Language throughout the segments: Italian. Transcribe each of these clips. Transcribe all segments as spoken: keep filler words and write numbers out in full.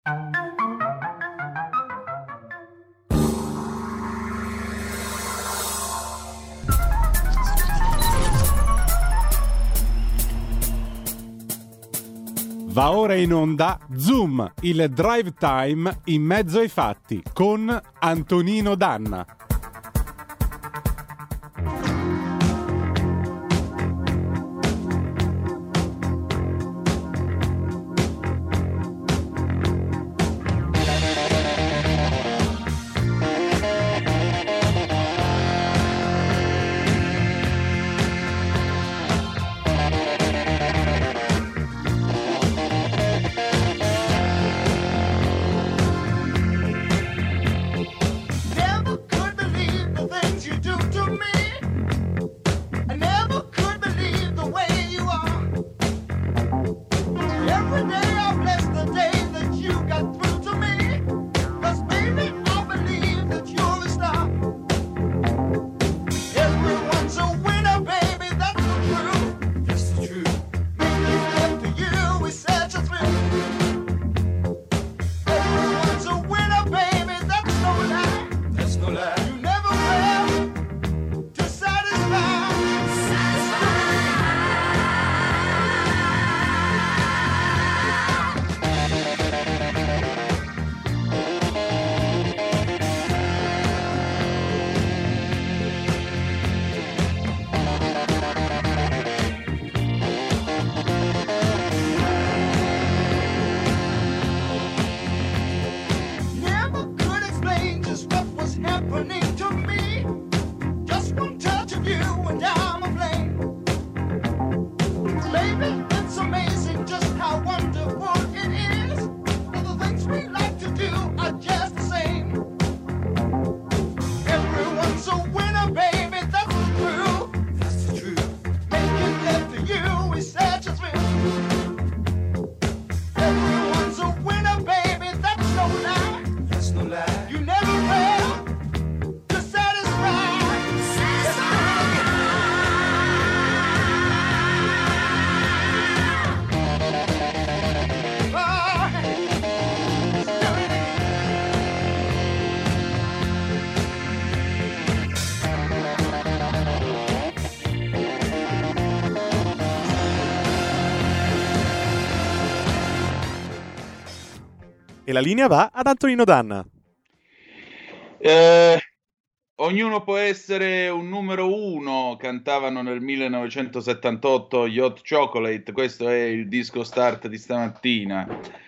Va ora in onda Zoom, il drive time in mezzo ai fatti con Antonino Danna. E la linea va ad Antonino Danna. Eh, ognuno può essere un numero uno, cantavano nel millenovecentosettantotto gli Hot Chocolate, questo è il disco start di stamattina.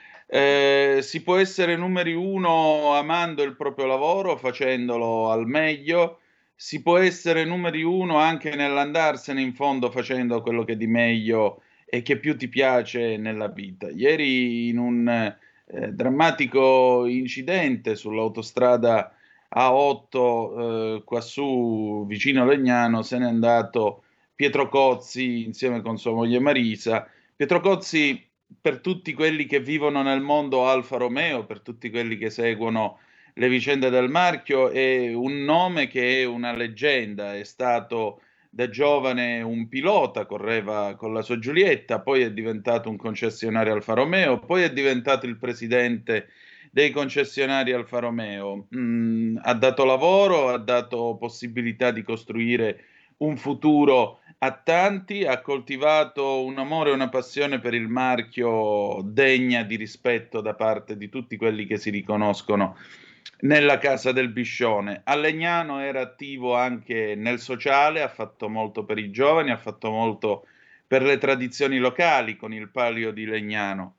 Eh, si può essere numeri uno amando il proprio lavoro, facendolo al meglio, si può essere numeri uno anche nell'andarsene in fondo facendo quello che di meglio e che più ti piace nella vita. Ieri in un Eh, drammatico incidente sull'autostrada A otto eh, quassù vicino Legnano se n'è andato Pietro Cozzi insieme con sua moglie Marisa. Pietro Cozzi, per tutti quelli che vivono nel mondo Alfa Romeo, per tutti quelli che seguono le vicende del marchio, è un nome che è una leggenda. È stato da giovane un pilota, correva con la sua Giulietta, poi è diventato un concessionario Alfa Romeo, poi è diventato il presidente dei concessionari Alfa Romeo. Mm, ha dato lavoro, ha dato possibilità di costruire un futuro a tanti, ha coltivato un amore e una passione per il marchio degna di rispetto da parte di tutti quelli che si riconoscono nella casa del Biscione. A Legnano era attivo anche nel sociale, ha fatto molto per i giovani, ha fatto molto per le tradizioni locali con il Palio di Legnano.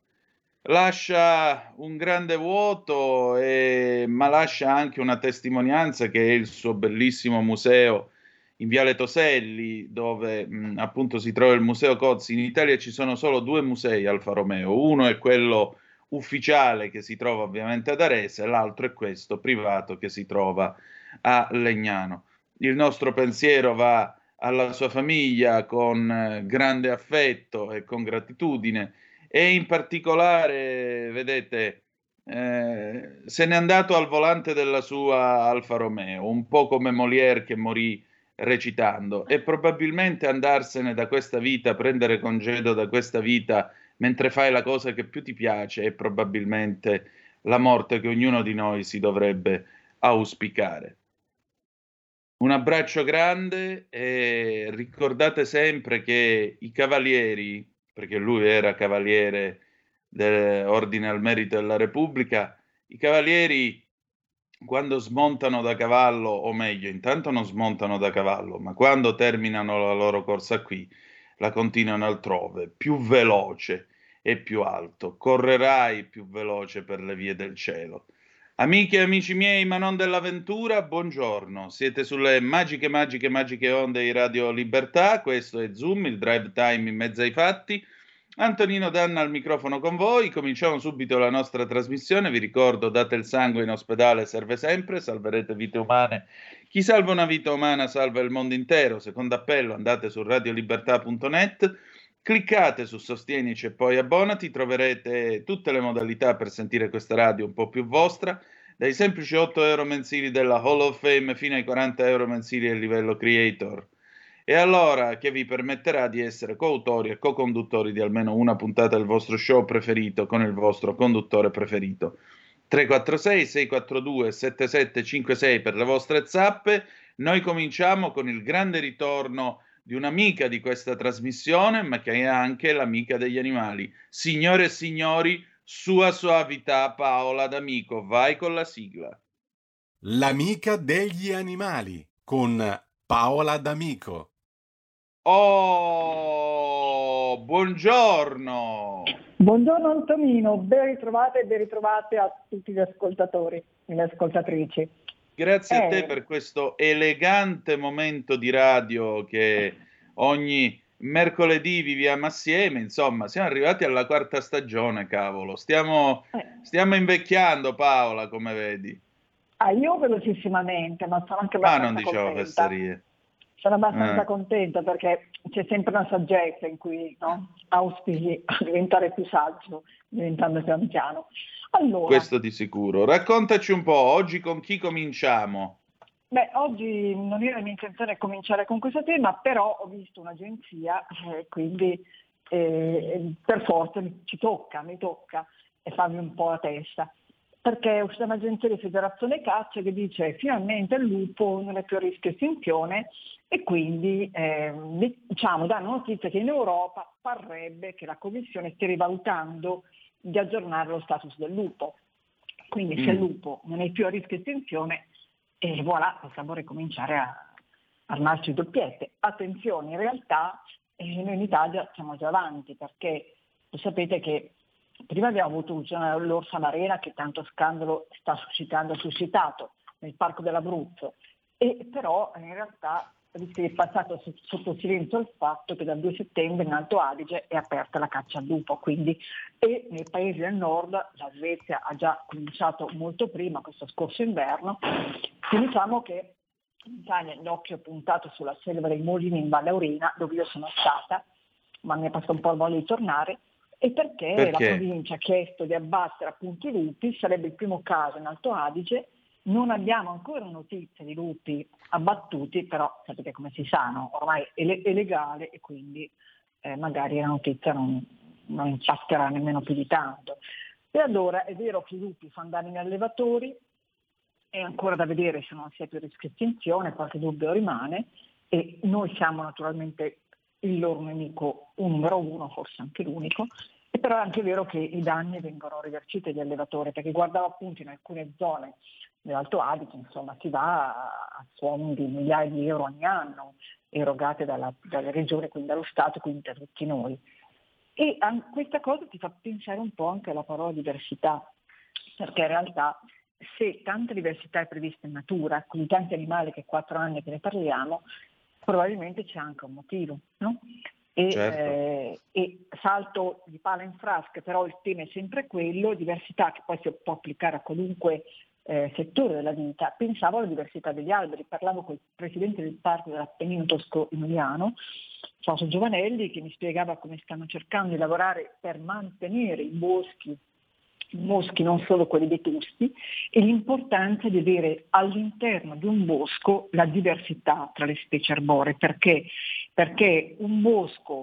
Lascia un grande vuoto, e, ma lascia anche una testimonianza che è il suo bellissimo museo in Viale Toselli, dove mh, appunto si trova il Museo Cozzi. In Italia ci sono solo due musei Alfa Romeo, uno è quello ufficiale che si trova ovviamente ad Arese, l'altro è questo privato che si trova a Legnano. Il nostro pensiero va alla sua famiglia con eh, grande affetto e con gratitudine, e in particolare, vedete, eh, se n'è andato al volante della sua Alfa Romeo, un po' come Molière che morì recitando, e probabilmente andarsene da questa vita, prendere congedo da questa vita mentre fai la cosa che più ti piace, è probabilmente la morte che ognuno di noi si dovrebbe auspicare. Un abbraccio grande e ricordate sempre che i cavalieri, perché lui era cavaliere dell'Ordine al Merito della Repubblica, i cavalieri quando smontano da cavallo, o meglio, intanto non smontano da cavallo, ma quando terminano la loro corsa qui, la continuano altrove, più veloce e più alto. Correrai più veloce per le vie del cielo. Amiche e amici miei, ma non dell'avventura, buongiorno. Siete sulle magiche, magiche, magiche onde di Radio Libertà. Questo è Zoom, il drive time in mezzo ai fatti. Antonino Danna al microfono con voi. Cominciamo subito la nostra trasmissione. Vi ricordo, date il sangue in ospedale, serve sempre, salverete vite umane. Chi salva una vita umana salva il mondo intero. Secondo appello, andate su radiolibertà punto net. Cliccate su Sostienici e poi abbonati, troverete tutte le modalità per sentire questa radio un po' più vostra, dai semplici otto euro mensili della Hall of Fame fino ai quaranta euro mensili del livello Creator. E allora che vi permetterà di essere coautori e co-conduttori di almeno una puntata del vostro show preferito con il vostro conduttore preferito. tre quattro sei sei quattro due sette sette cinque sei per le vostre zappe. Noi cominciamo con il grande ritorno di un'amica di questa trasmissione, ma che è anche l'amica degli animali. Signore e signori, Sua Soavità Paola D'Amico, vai con la sigla. L'amica degli animali con Paola D'Amico. Oh, buongiorno! Buongiorno Antonino, ben ritrovate e ben ritrovate a tutti gli ascoltatori e le ascoltatrici. Grazie eh. a te per questo elegante momento di radio che ogni mercoledì viviamo assieme. Insomma, siamo arrivati alla quarta stagione, cavolo. Stiamo, Eh. stiamo invecchiando, Paola, come vedi. Ah, io velocissimamente, ma sono anche Ma abbastanza non diciamo contenta. fesserie. Sono abbastanza Eh. contenta perché c'è sempre una saggezza in cui, no, auspichi a diventare più saggio, diventando piano piano. Allora, Questo di sicuro. Raccontaci un po', oggi con chi cominciamo? Beh, oggi non era la mia intenzione cominciare con questo tema, però ho visto un'agenzia, eh, quindi eh, per forza ci tocca, mi tocca e farmi un po' la testa, perché è uscita un'agenzia di Federazione Caccia che dice finalmente il lupo non è più a rischio estinzione e quindi eh, diciamo danno notizia che in Europa parrebbe che la Commissione stia rivalutando di aggiornare lo status del lupo. Quindi mm. se il lupo non è più a rischio estinzione, e voilà, possiamo ricominciare a armarci doppiette. Attenzione, in realtà eh, noi in Italia siamo già avanti, perché lo sapete che prima abbiamo avuto l'orsa marina che tanto scandalo sta suscitando, ha suscitato nel Parco dell'Abruzzo, e però in realtà rischia di passare sotto silenzio il fatto che dal due settembre in Alto Adige è aperta la caccia al lupo, quindi, e nei paesi del nord, la Svezia ha già cominciato molto prima, questo scorso inverno, quindi diciamo che in Italia l'occhio è puntato sulla selva dei Mulini in Valle Aurina, dove io sono stata, ma mi è passato un po' il voglia di tornare, e perché, perché la provincia ha chiesto di abbattere appunto i lupi, sarebbe il primo caso in Alto Adige. Non abbiamo ancora notizie di lupi abbattuti, però sapete come si sanno, ormai è, le- è legale e quindi eh, magari la notizia non, non impatterà nemmeno più di tanto. E allora è vero che i lupi fanno danni agli allevatori, è ancora da vedere se non sia più rischio estinzione, qualche dubbio rimane, e noi siamo naturalmente il loro nemico numero uno, forse anche l'unico, e però è anche vero che i danni vengono risarciti agli allevatori, perché guardavo appunto in alcune zone dell'Alto Adige, insomma, si va a suoni di migliaia di euro ogni anno erogate dalla, dalle regioni, quindi dallo Stato, quindi da tutti noi. E an- questa cosa ti fa pensare un po' anche alla parola diversità, perché in realtà se tanta diversità è prevista in natura, con tanti animali che quattro anni che ne parliamo, probabilmente c'è anche un motivo, no? E, Certo. eh, e salto di pala in frasca, però il tema è sempre quello, diversità che poi si può applicare a qualunque eh, settore della vita. Pensavo alla diversità degli alberi, parlavo con il presidente del parco dell'Appennino Tosco-Emiliano, Fausto Giovanelli, che mi spiegava come stanno cercando di lavorare per mantenere i boschi, i boschi non solo quelli vetusti, e l'importanza di avere all'interno di un bosco la diversità tra le specie arboree, perché perché un bosco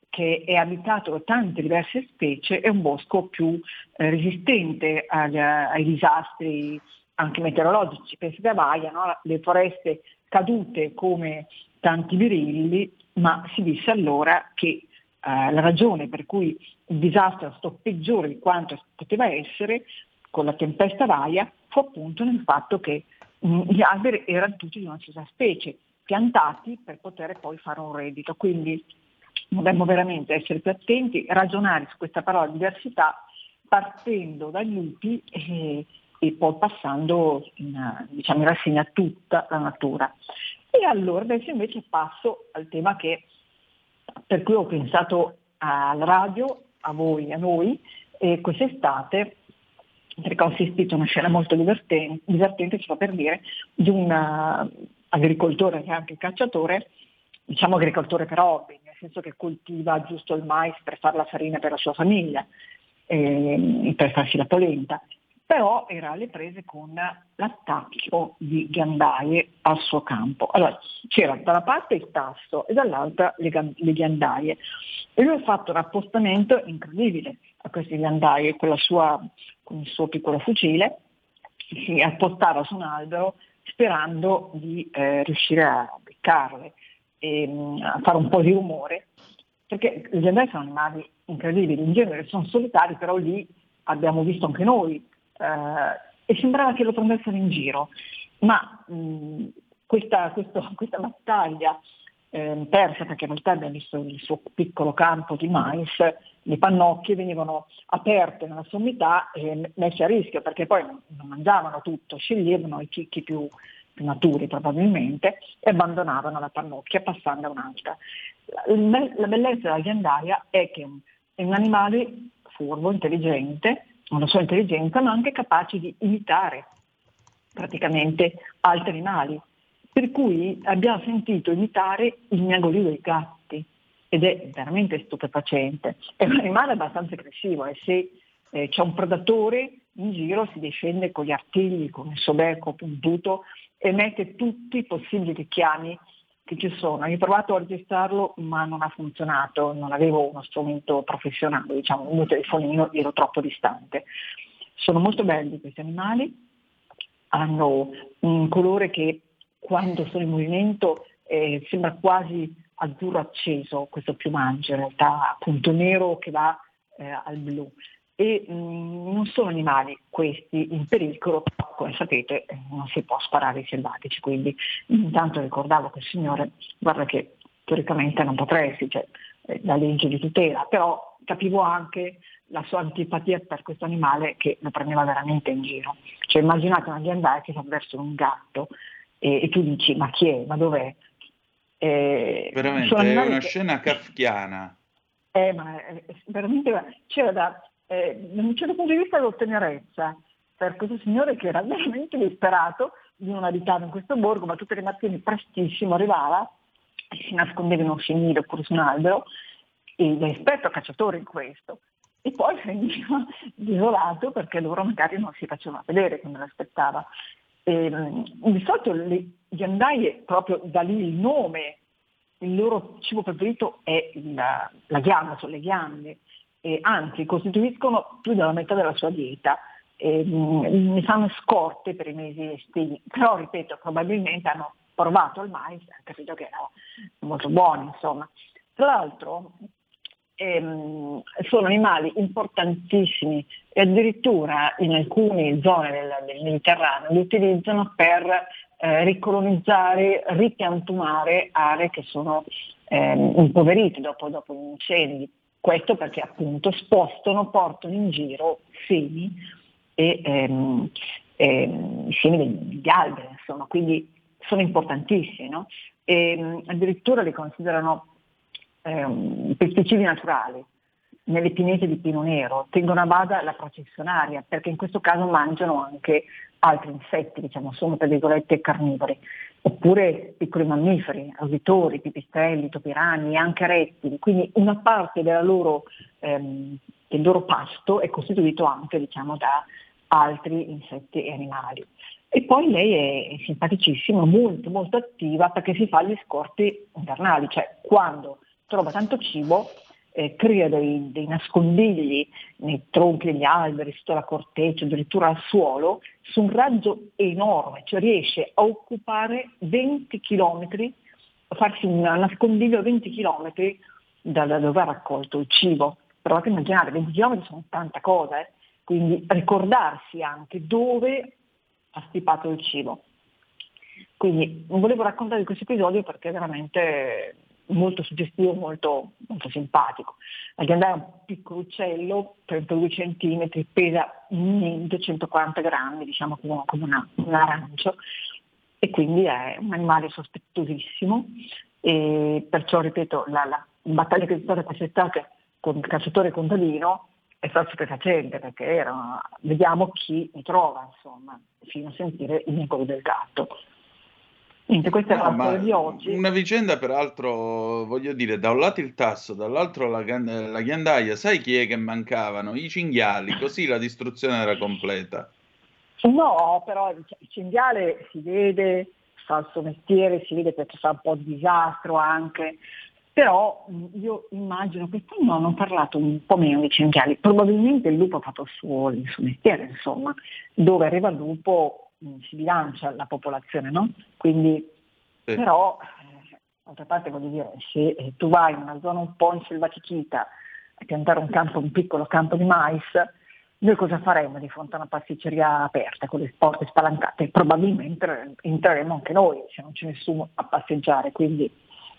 che è abitato da tante diverse specie, è un bosco più eh, resistente agli, ai disastri anche meteorologici. Pensate a Baia, no? Le foreste cadute come tanti birilli, ma si disse allora che eh, la ragione per cui il disastro è stato peggiore di quanto poteva essere con la tempesta Baia fu appunto nel fatto che mh, gli alberi erano tutti di una stessa specie, piantati per poter poi fare un reddito. Quindi dovremmo veramente essere più attenti, ragionare su questa parola diversità partendo dagli lupi e, e poi passando in, diciamo, in rassegna tutta la natura. E allora adesso invece passo al tema che, per cui ho pensato alla radio, a voi, a noi, e quest'estate, perché ho assistito a una scena molto divertente, divertente si fa per dire, di un uh, agricoltore che è anche cacciatore, diciamo agricoltore per hobby, nel senso che coltiva giusto il mais per fare la farina per la sua famiglia, eh, per farsi la polenta, però era alle prese con l'attacco di ghiandaie al suo campo. Allora c'era da una parte il tasso e dall'altra le, le ghiandaie, e lui ha fatto un appostamento incredibile a queste ghiandaie con, la sua, con il suo piccolo fucile, si appostava su un albero sperando di eh, riuscire a beccarle e a fare un po' di rumore, perché le ghiandaie sono animali incredibili, in genere sono solitari, però lì abbiamo visto anche noi eh, e sembrava che lo prendessero in giro, ma mh, questa, questo, questa battaglia eh, persa, perché in realtà abbiamo visto il suo piccolo campo di mais, le pannocchie venivano aperte nella sommità e messe a rischio, perché poi non mangiavano tutto, sceglievano i chicchi più maturi probabilmente e abbandonavano la pannocchia passando a un'altra. La bellezza della ghiandaia è che è un animale furbo, intelligente, non solo intelligente, ma anche capace di imitare praticamente altri animali, per cui abbiamo sentito imitare il miagolio dei gatti ed è veramente stupefacente. È un animale abbastanza aggressivo e se eh, c'è un predatore in giro si difende con gli artigli, con il suo becco puntuto e mette tutti i possibili richiami che ci sono. Io ho provato a registrarlo ma non ha funzionato, non avevo uno strumento professionale, diciamo, un mio telefonino, ero troppo distante. Sono molto belli questi animali, hanno un colore che quando sono in movimento eh, sembra quasi azzurro acceso, questo piumaggio, in realtà appunto nero che va eh, al blu. E mh, non sono animali questi in pericolo, come sapete eh, non si può sparare ai selvatici, quindi intanto ricordavo che il signore, guarda che teoricamente non potresti, cioè eh, la legge di tutela, però capivo anche la sua antipatia per questo animale che lo prendeva veramente in giro. Cioè immaginate una ghiandaia che fa verso un gatto e, e tu dici ma chi è, ma dov'è? Eh, veramente è una che... scena kafkiana. Eh, ma è, è veramente c'era da Eh, da un certo punto di vista lo tenerezza per questo signore che era veramente disperato di non abitare in questo borgo, ma tutte le mattine prestissimo arrivava e si nascondeva in un sceniglio oppure su un albero, ed è esperto cacciatore in questo, e poi veniva desolato perché loro magari non si facevano vedere come l'aspettava. E, di solito le ghiandaie, proprio da lì il nome, il loro cibo preferito è la, la ghianda, sono le ghiande. E anzi costituiscono più della metà della sua dieta, e, mh, ne fanno scorte per i mesi estivi, però ripeto probabilmente hanno provato il mais e hanno capito che era molto buono, insomma. Tra l'altro ehm, sono animali importantissimi e addirittura in alcune zone del, del Mediterraneo li utilizzano per eh, ricolonizzare, ripiantumare aree che sono ehm, impoverite dopo, dopo gli incendi. Questo perché appunto spostano, portano in giro semi e ehm, ehm, semi degli alberi, insomma, quindi sono importantissimi, no? E, addirittura li considerano ehm, pesticidi naturali. Nelle pinete di pino nero tengono a bada la processionaria, perché in questo caso mangiano anche altri insetti, diciamo, sono tra virgolette carnivori, oppure piccoli mammiferi, roditori, pipistrelli, topirani, anche rettili, quindi una parte della loro, ehm, del loro pasto è costituito anche, diciamo, da altri insetti e animali. E poi lei è simpaticissima, molto molto attiva perché si fa gli scorti invernali, cioè quando trova tanto cibo eh, crea dei, dei nascondigli nei tronchi degli alberi, sotto la corteccia, addirittura al suolo, su un raggio enorme, cioè riesce a occupare venti chilometri, a farsi un nascondiglio a venti chilometri da, da dove ha raccolto il cibo. Provate a immaginare, venti chilometri sono tanta cosa, eh? Quindi ricordarsi anche dove ha stipato il cibo. Quindi volevo raccontare di questo episodio perché è veramente molto suggestivo, molto, molto simpatico. La ghiandaia è un piccolo uccello, trentadue centimetri, pesa niente, centoquaranta grammi, diciamo come, come una, un arancio, e quindi è un animale sospettosissimo, e perciò, ripeto, la, la battaglia che è stata quest'estate con il cacciatore contadino è stata stupefacente, perché era, vediamo chi mi trova, insomma, fino a sentire il nicolo del gatto. Niente, questa No, è la ma storia di oggi. una vicenda peraltro, voglio dire, da un lato il tasso, dall'altro la, gan- la ghiandaia, sai chi è che mancavano? I cinghiali, così la distruzione era completa. No, però il il cinghiale si vede, fa il suo mestiere, si vede perché fa un po' di disastro anche, però mh, io immagino che quest'anno hanno parlato un po' meno di cinghiali, probabilmente il lupo ha fatto il suo, il suo mestiere, insomma, dove arriva il lupo mh, si bilancia la popolazione, no? Quindi, Sì. però, eh, d'altra parte voglio dire, se eh, tu vai in una zona un po' inselvatichita a piantare un campo, un piccolo campo di mais, noi cosa faremo di fronte a una pasticceria aperta con le porte spalancate? Probabilmente entreremo anche noi, se non c'è nessuno a passeggiare, quindi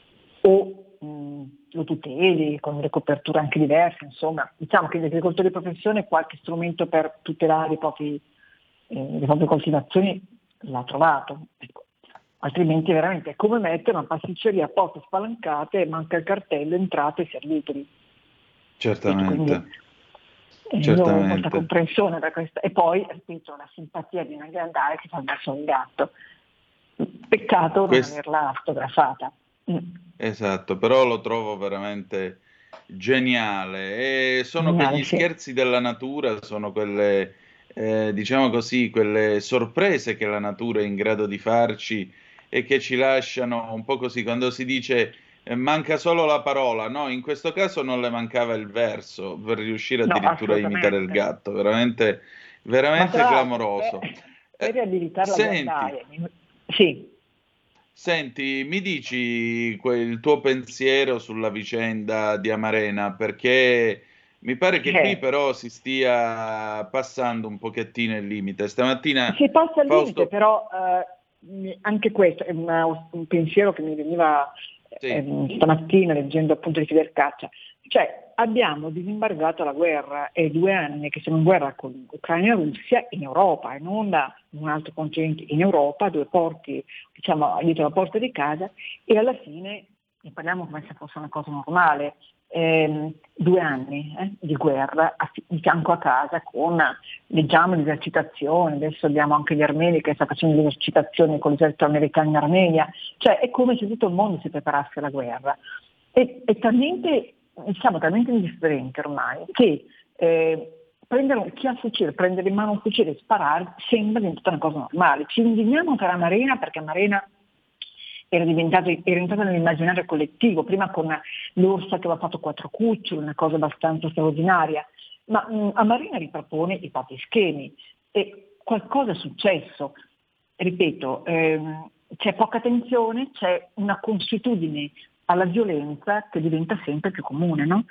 o mh, lo tuteli con le coperture anche diverse, insomma, diciamo che gli agricoltori di professione qualche strumento per tutelare i propri, eh, le proprie coltivazioni l'ha trovato, ecco. Altrimenti veramente è come mettere una pasticceria a porte spalancate e manca il cartello entrate e servitevi. Certamente, Quindi, eh, io ho molta certamente. comprensione per questa, e poi, ripeto, la simpatia di una ghiandaia che fa verso un gatto. Peccato non Quest- averla fotografata. Mm. Esatto, però lo trovo veramente geniale. E sono quegli Geniale, sì. scherzi della natura, sono quelle, eh, diciamo così, quelle sorprese che la natura è in grado di farci e che ci lasciano un po' così, quando si dice eh, manca solo la parola, no? In questo caso non le mancava il verso per riuscire No, addirittura a imitare il assolutamente. gatto, veramente, Ma tra veramente l'altro, clamoroso. per, per Eh, riabilitare la senti. ghiandaia, mi- sì, Senti, mi dici que- il tuo pensiero sulla vicenda di Amarena, perché mi pare che qui eh, però si stia passando un pochettino il limite. Stamattina si passa al limite, Fausto, però eh, mi- anche questo è una- un pensiero che mi veniva sì, ehm, stamattina leggendo appunto di Fidercaccia. Cioè, abbiamo disembargato la guerra, è due anni che siamo in guerra con Ucraina e Russia in Europa, e non da un altro continente, in Europa, due porti, diciamo, dietro la porta di casa, e alla fine ne parliamo come se fosse una cosa normale. Ehm, due anni eh, di guerra a fi- di fianco a casa con, leggiamo, l'esercitazione, adesso abbiamo anche gli armeni che stanno facendo l'esercitazione con l'esercito americano in Armenia, cioè è come se tutto il mondo si preparasse alla guerra. E, è talmente, siamo talmente indifferenti ormai che eh, prendere un- chi ha un fucile, prendere in mano un fucile e sparare sembra diventata una cosa normale. Ci indigniamo per Amarena perché Amarena era diventato, era entrato nell'immaginario collettivo, prima con l'orsa che aveva fatto quattro cuccioli, una cosa abbastanza straordinaria, ma mh, Amarena ripropone i propri schemi e qualcosa è successo. Ripeto, ehm, c'è poca attenzione, c'è una consuetudine alla violenza che diventa sempre più comune, no?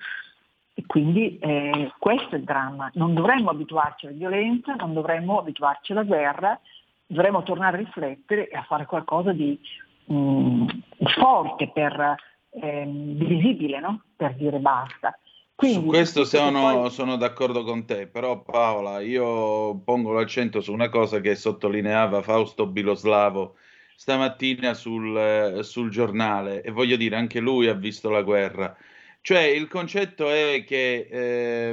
E quindi eh, questo è il dramma. Non dovremmo abituarci alla violenza, non dovremmo abituarci alla guerra, dovremmo tornare a riflettere e a fare qualcosa di mh, forte, per, ehm, di visibile, no? Per dire basta. su Quindi il questo tutto che poi... sono, sono d'accordo con te, però Paola, io pongo l'accento su una cosa che sottolineava Fausto Biloslavo stamattina sul, eh, sul giornale, e voglio dire, anche lui ha visto la guerra. Cioè, il concetto è che eh,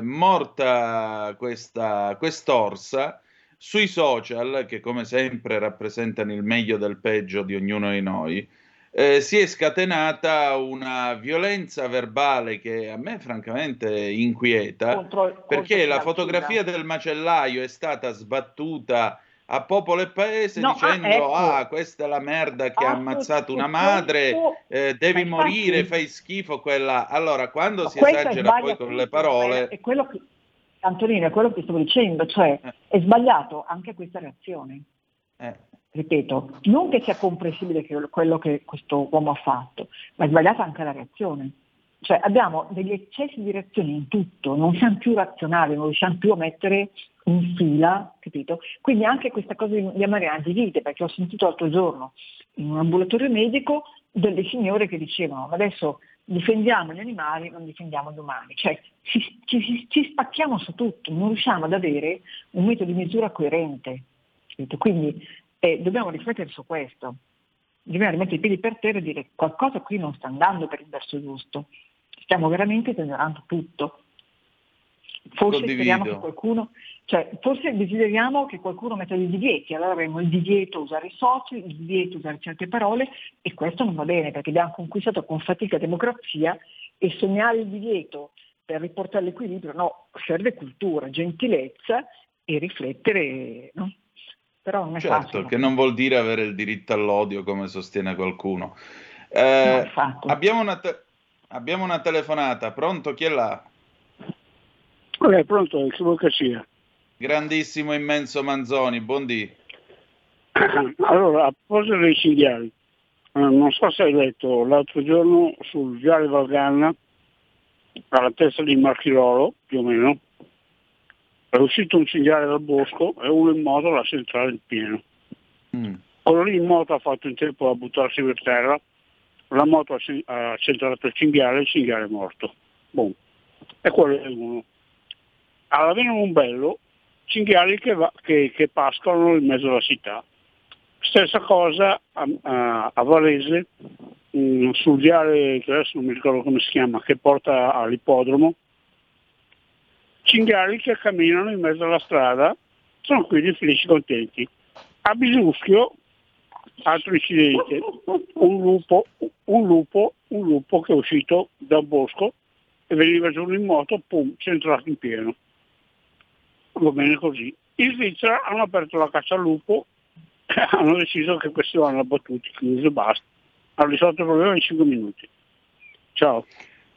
morta questa quest'orsa, sui social, che come sempre rappresentano il meglio del peggio di ognuno di noi, eh, si è scatenata una violenza verbale che a me francamente inquieta, contro, contro perché chi la l'ha uccisa. fotografia del macellaio è stata sbattuta a popolo e paese no, dicendo ah, ecco, ah, questa è la merda che ha ammazzato una madre, eh, devi infatti, morire, fai schifo quella. Allora, quando si questo esagera poi con le parole... È quello che, Antonino, è quello che stavo dicendo, cioè eh, è sbagliato anche questa reazione. eh. Ripeto, non che sia comprensibile che quello che questo uomo ha fatto, ma è sbagliata anche la reazione. Cioè abbiamo degli eccessi di reazione in tutto, non siamo più razionali, non riusciamo più a mettere in fila, capito? Quindi anche questa cosa di, di Mariana divide, perché ho sentito l'altro giorno in un ambulatorio medico delle signore che dicevano ma adesso difendiamo gli animali, non difendiamo gli umani, cioè ci, ci, ci spacchiamo su tutto, non riusciamo ad avere un metodo di misura coerente, capito? Quindi eh, dobbiamo riflettere su questo, dobbiamo rimettere i piedi per terra e dire qualcosa qui non sta andando per il verso giusto, stiamo veramente esagerando tutto. Forse Condivido. speriamo che qualcuno, cioè forse desideriamo che qualcuno metta dei divieti, allora avremo il divieto usare i social, il divieto usare certe parole e questo non va bene perché abbiamo conquistato con fatica democrazia e sognare il divieto per riportare l'equilibrio, no, serve cultura, gentilezza e riflettere, no? Però non è Certo, facile. che non vuol dire avere il diritto all'odio come sostiene qualcuno. Eh, No, infatti. abbiamo, una te- abbiamo una telefonata, pronto? Chi è là? Ok, pronto, che vuoi che sia? Grandissimo, immenso Manzoni, buondì. Allora, a proposito dei cinghiali, eh, non so se hai letto l'altro giorno sul Viale Valganna, alla testa di Marchirolo, più o meno, è uscito un cinghiale dal bosco e uno in moto l'ha centrato in pieno. Mm. Quello lì in moto ha fatto in tempo a buttarsi per terra, la moto ha, cen- ha centrato il cinghiale e il cinghiale è morto. Boom. E quello è uno. Alla Vena Umbello, cinghiali che, va- che, che pascolano in mezzo alla città. Stessa cosa a, a, a Varese, mh, sul viale che adesso non mi ricordo come si chiama, che porta all'ippodromo, cinghiali che camminano in mezzo alla strada, sono quindi felici contenti. A Bisuschio, altro incidente, un lupo, un lupo, un lupo che è uscito da un bosco e veniva giù in moto, pum, centrato in pieno. Va bene così. In Svizzera hanno aperto la caccia al lupo, hanno deciso che questi vanno abbattuti, chiuso e basta. Hanno risolto il problema in cinque minuti. Ciao.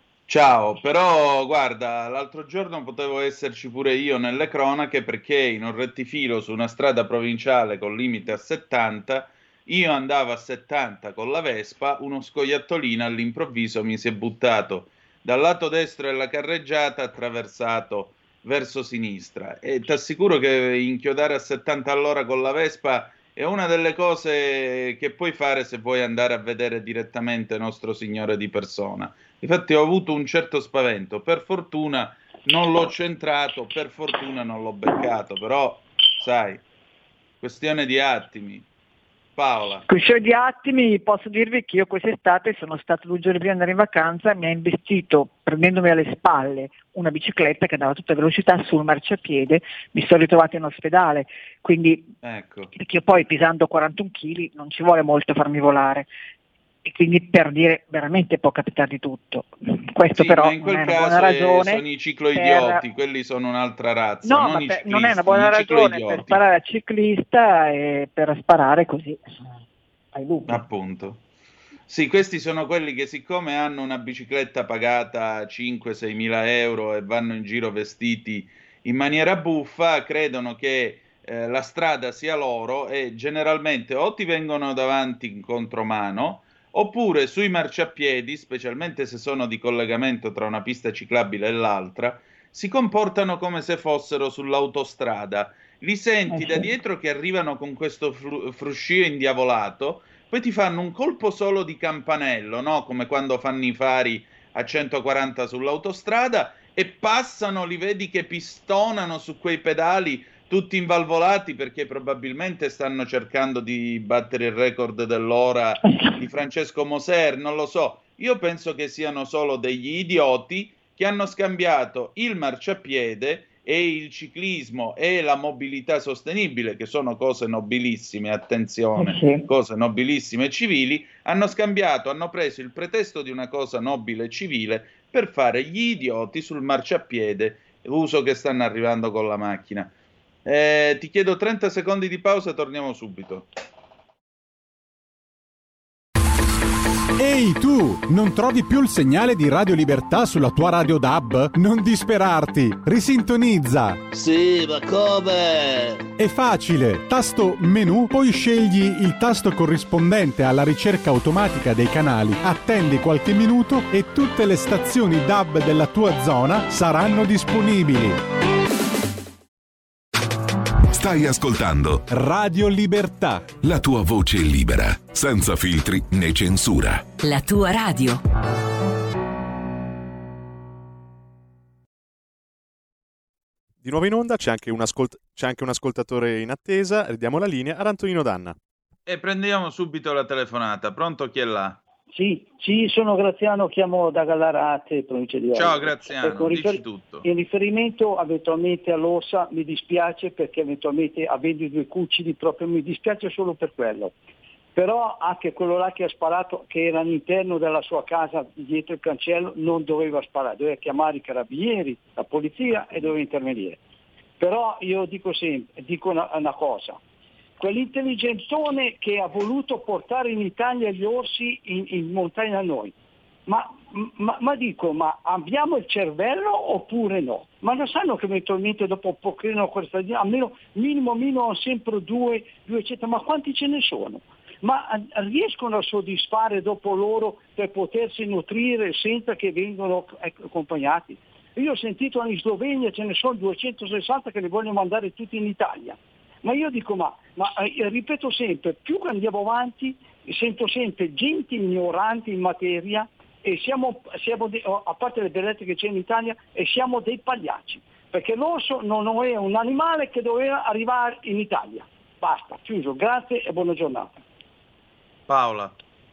Ciao, però guarda, l'altro giorno potevo esserci pure io nelle cronache perché in un rettifilo su una strada provinciale con limite a settanta, io andavo a settanta con la Vespa, uno scoiattolino all'improvviso mi si è buttato dal lato destro della carreggiata, attraversato verso sinistra e ti assicuro che inchiodare a settanta all'ora con la Vespa è una delle cose che puoi fare se vuoi andare a vedere direttamente Nostro Signore di persona. Infatti ho avuto un certo spavento, per fortuna non l'ho centrato, per fortuna non l'ho beccato, però sai, questione di attimi. Paola. Questione di attimi, posso dirvi che io quest'estate sono stato due giorni prima di andare in vacanza e mi ha investito, prendendomi alle spalle, una bicicletta che andava a tutta velocità sul marciapiede, mi sono ritrovato in ospedale, quindi Ecco. perché io poi pesando quarantuno chili non ci vuole molto farmi volare. E quindi per dire veramente può capitare di tutto. Questo Sì, però ma in quel non è una caso buona è- ragione. sono i cicloidioti, per... quelli sono un'altra razza, No, non ma i per- ciclisti, non è una buona i ragione per cicloidioti, sparare al ciclista e per sparare così ai lupi. appunto. Sì, questi sono quelli che siccome hanno una bicicletta pagata cinque-sei mila euro e vanno in giro vestiti in maniera buffa, credono che eh, la strada sia loro e generalmente o ti vengono davanti in contromano oppure sui marciapiedi, specialmente se sono di collegamento tra una pista ciclabile e l'altra, si comportano come se fossero sull'autostrada. Li senti Eh da sì. dietro che arrivano con questo fru- fruscio indiavolato, poi ti fanno un colpo solo di campanello, no? Come quando fanno i fari a centoquaranta sull'autostrada e passano, li vedi che pistonano su quei pedali tutti invalvolati perché probabilmente stanno cercando di battere il record dell'ora di Francesco Moser, non lo so. Io penso che siano solo degli idioti che hanno scambiato il marciapiede e il ciclismo e la mobilità sostenibile, che sono cose nobilissime, attenzione, Eh sì. cose nobilissime e civili, hanno scambiato, hanno preso il pretesto di una cosa nobile e civile per fare gli idioti sul marciapiede, uso che stanno arrivando con la macchina. Eh, ti chiedo trenta secondi di pausa, torniamo subito. Ehi tu, non trovi più il segnale di Radio Libertà sulla tua radio D A B? Non disperarti, risintonizza. Sì, ma come? È facile, tasto menu, poi scegli il tasto corrispondente alla ricerca automatica dei canali, attendi qualche minuto e tutte le stazioni D A B della tua zona saranno disponibili. Stai ascoltando Radio Libertà, la tua voce libera, senza filtri né censura. La tua radio. Di nuovo in onda, c'è anche un, ascolt- c'è anche un ascoltatore in attesa, ridiamo la linea ad Antonino Danna. E prendiamo subito la telefonata. Pronto, chi è là? Sì, sì, sono Graziano, chiamo da Gallarate, provincia di Asti. Ciao Graziano, ecco, dici rifer- tutto. In riferimento eventualmente all'Orsa mi dispiace perché eventualmente avendo i due cuccioli proprio mi dispiace solo per quello. Però anche quello là che ha sparato, che era all'interno della sua casa dietro il cancello, non doveva sparare, doveva chiamare i carabinieri, la polizia e doveva intervenire. Però io dico sempre, dico una, una cosa. Quell'intelligentone che ha voluto portare in Italia gli orsi in, in montagna a noi, ma, ma, ma dico, ma abbiamo il cervello oppure no? Ma lo sanno che eventualmente dopo un po' creano questa, almeno minimo minimo sempre due, due eccetera, ma quanti ce ne sono? Ma riescono a soddisfare dopo loro per potersi nutrire senza che vengano accompagnati? Io ho sentito in Slovenia ce ne sono duecentosessanta che li vogliono mandare tutti in Italia. Ma io dico, ma, ma eh, ripeto sempre, più che andiamo avanti, sento sempre gente ignorante in materia e siamo, siamo de- a parte le bellezze che c'è in Italia, e siamo dei pagliacci, perché l'orso non è un animale che doveva arrivare in Italia. Basta, chiuso, grazie e buona giornata. Paola.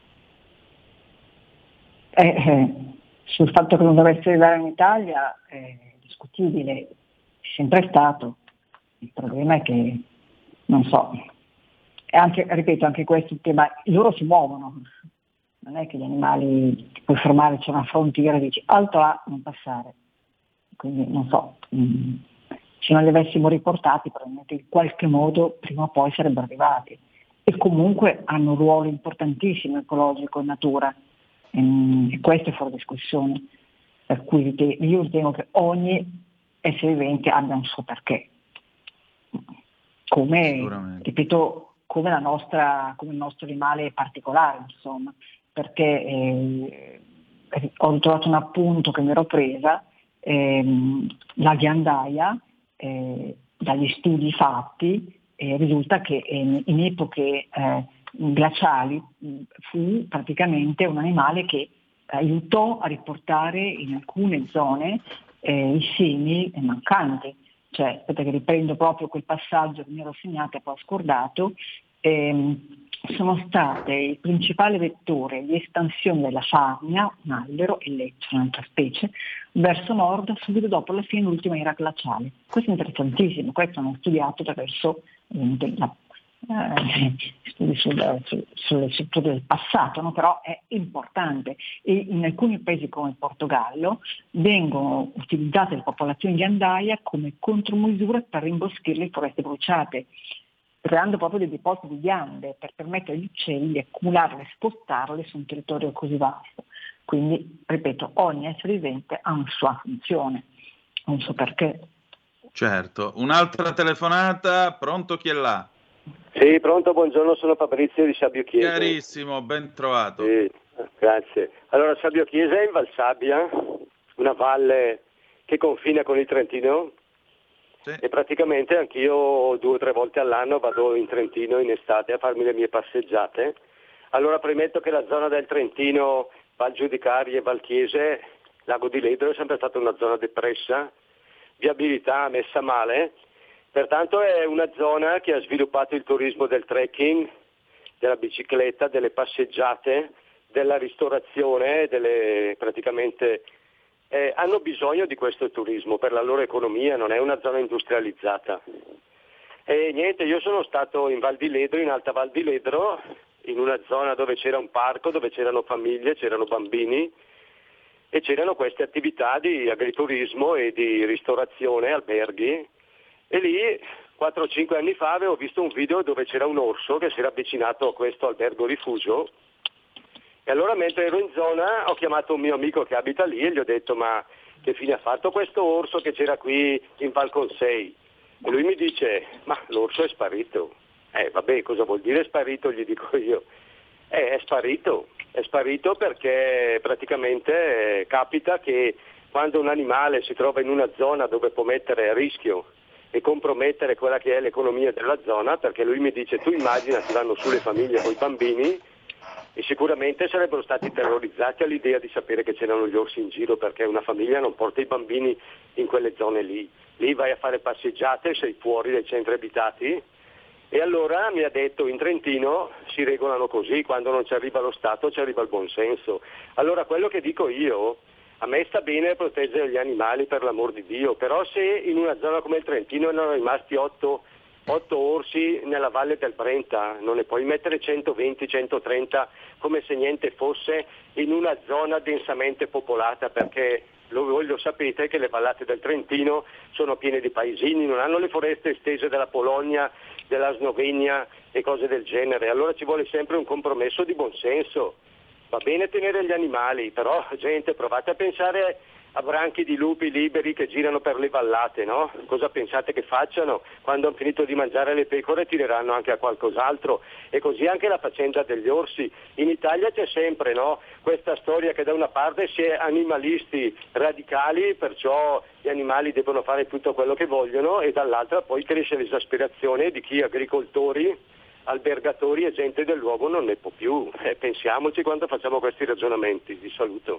Eh, eh, sul fatto che non dovesse arrivare in Italia è discutibile, è sempre stato. Il problema è che non so, e anche, ripeto, anche questo tema, loro si muovono, non è che gli animali ti puoi fermare, c'è una frontiera e dici alto là, non passare, quindi non so, mh, se non li avessimo riportati probabilmente in qualche modo prima o poi sarebbero arrivati, e comunque hanno un ruolo importantissimo ecologico in natura, e, e questo è fuori discussione, per cui io ritengo che ogni essere vivente abbia un suo perché. Come, ripeto, come la nostra, come il nostro animale particolare, insomma, perché eh, ho ritrovato un appunto che mi ero presa, ehm, la ghiandaia, eh, dagli studi fatti, eh, risulta che in, in epoche eh, glaciali fu praticamente un animale che aiutò a riportare in alcune zone eh, i semi mancanti. Cioè, aspetta che riprendo proprio quel passaggio che mi ero segnato e poi ho scordato, ehm, sono state il principale vettore di espansione della farnia, un albero, il leccio, un'altra specie, verso nord subito dopo la fine dell'ultima era glaciale. Questo è interessantissimo, questo hanno studiato attraverso eh, la, eh, studi sul, sul, sulle strutture del passato, no? Però è importante, e in alcuni paesi come il Portogallo vengono utilizzate le popolazioni di ghiandaia come contromisura per rimboschire le foreste bruciate, creando proprio dei depositi di ghiande per permettere agli uccelli di accumularle e spostarle su un territorio così vasto. Quindi, ripeto, ogni essere vivente ha una sua funzione, ha un suo perché. Certo. Un'altra telefonata, pronto, chi è là? Sì, pronto, buongiorno, sono Fabrizio di Sabbio Chiesa. Carissimo, ben trovato. Sì, grazie. Allora, Sabbio Chiesa è in Valsabbia, una valle che confina con il Trentino, sì. E praticamente anch'io due o tre volte all'anno vado in Trentino in estate a farmi le mie passeggiate. Allora premetto che la zona del Trentino, Val Giudicarie e Val Chiese, Lago di Ledro, è sempre stata una zona depressa, viabilità messa male. Pertanto è una zona che ha sviluppato il turismo del trekking, della bicicletta, delle passeggiate, della ristorazione, delle praticamente eh, hanno bisogno di questo turismo per la loro economia, non è una zona industrializzata. E niente, io sono stato in Val di Ledro, in Alta Val di Ledro, in una zona dove c'era un parco, dove c'erano famiglie, c'erano bambini e c'erano queste attività di agriturismo e di ristorazione, alberghi. E lì quattro cinque anni fa avevo visto un video dove c'era un orso che si era avvicinato a questo albergo rifugio, e allora mentre ero in zona ho chiamato un mio amico che abita lì e gli ho detto: ma che fine ha fatto questo orso che c'era qui in Falcon sei? E lui mi dice: ma l'orso è sparito. Eh vabbè, cosa vuol dire sparito? Gli dico io. Eh, è sparito, è sparito perché praticamente eh, capita che quando un animale si trova in una zona dove può mettere a rischio e compromettere quella che è l'economia della zona, perché lui mi dice: tu immagina, ti vanno su le famiglie con i bambini e sicuramente sarebbero stati terrorizzati all'idea di sapere che c'erano gli orsi in giro, perché una famiglia non porta i bambini in quelle zone lì. Lì vai a fare passeggiate, sei fuori dai centri abitati. E allora mi ha detto: in Trentino si regolano così, quando non ci arriva lo Stato ci arriva il buonsenso. Allora quello che dico io, a me sta bene proteggere gli animali, per l'amor di Dio, però se in una zona come il Trentino erano rimasti otto, otto orsi nella valle del Brenta, non ne puoi mettere centoventi centotrenta come se niente fosse in una zona densamente popolata, perché lo, voi lo sapete che le vallate del Trentino sono piene di paesini, non hanno le foreste estese della Polonia, della Slovenia e cose del genere. Allora ci vuole sempre un compromesso di buonsenso. Va bene tenere gli animali, però gente, provate a pensare a branchi di lupi liberi che girano per le vallate, no? Cosa pensate che facciano? Quando hanno finito di mangiare le pecore tireranno anche a qualcos'altro. E così anche la faccenda degli orsi. In Italia c'è sempre, no? Questa storia che da una parte si è animalisti radicali, perciò gli animali devono fare tutto quello che vogliono, e dall'altra poi cresce l'esasperazione di chi, agricoltori, albergatori e gente del luogo, non ne può più. Eh, pensiamoci quando facciamo questi ragionamenti. Vi saluto.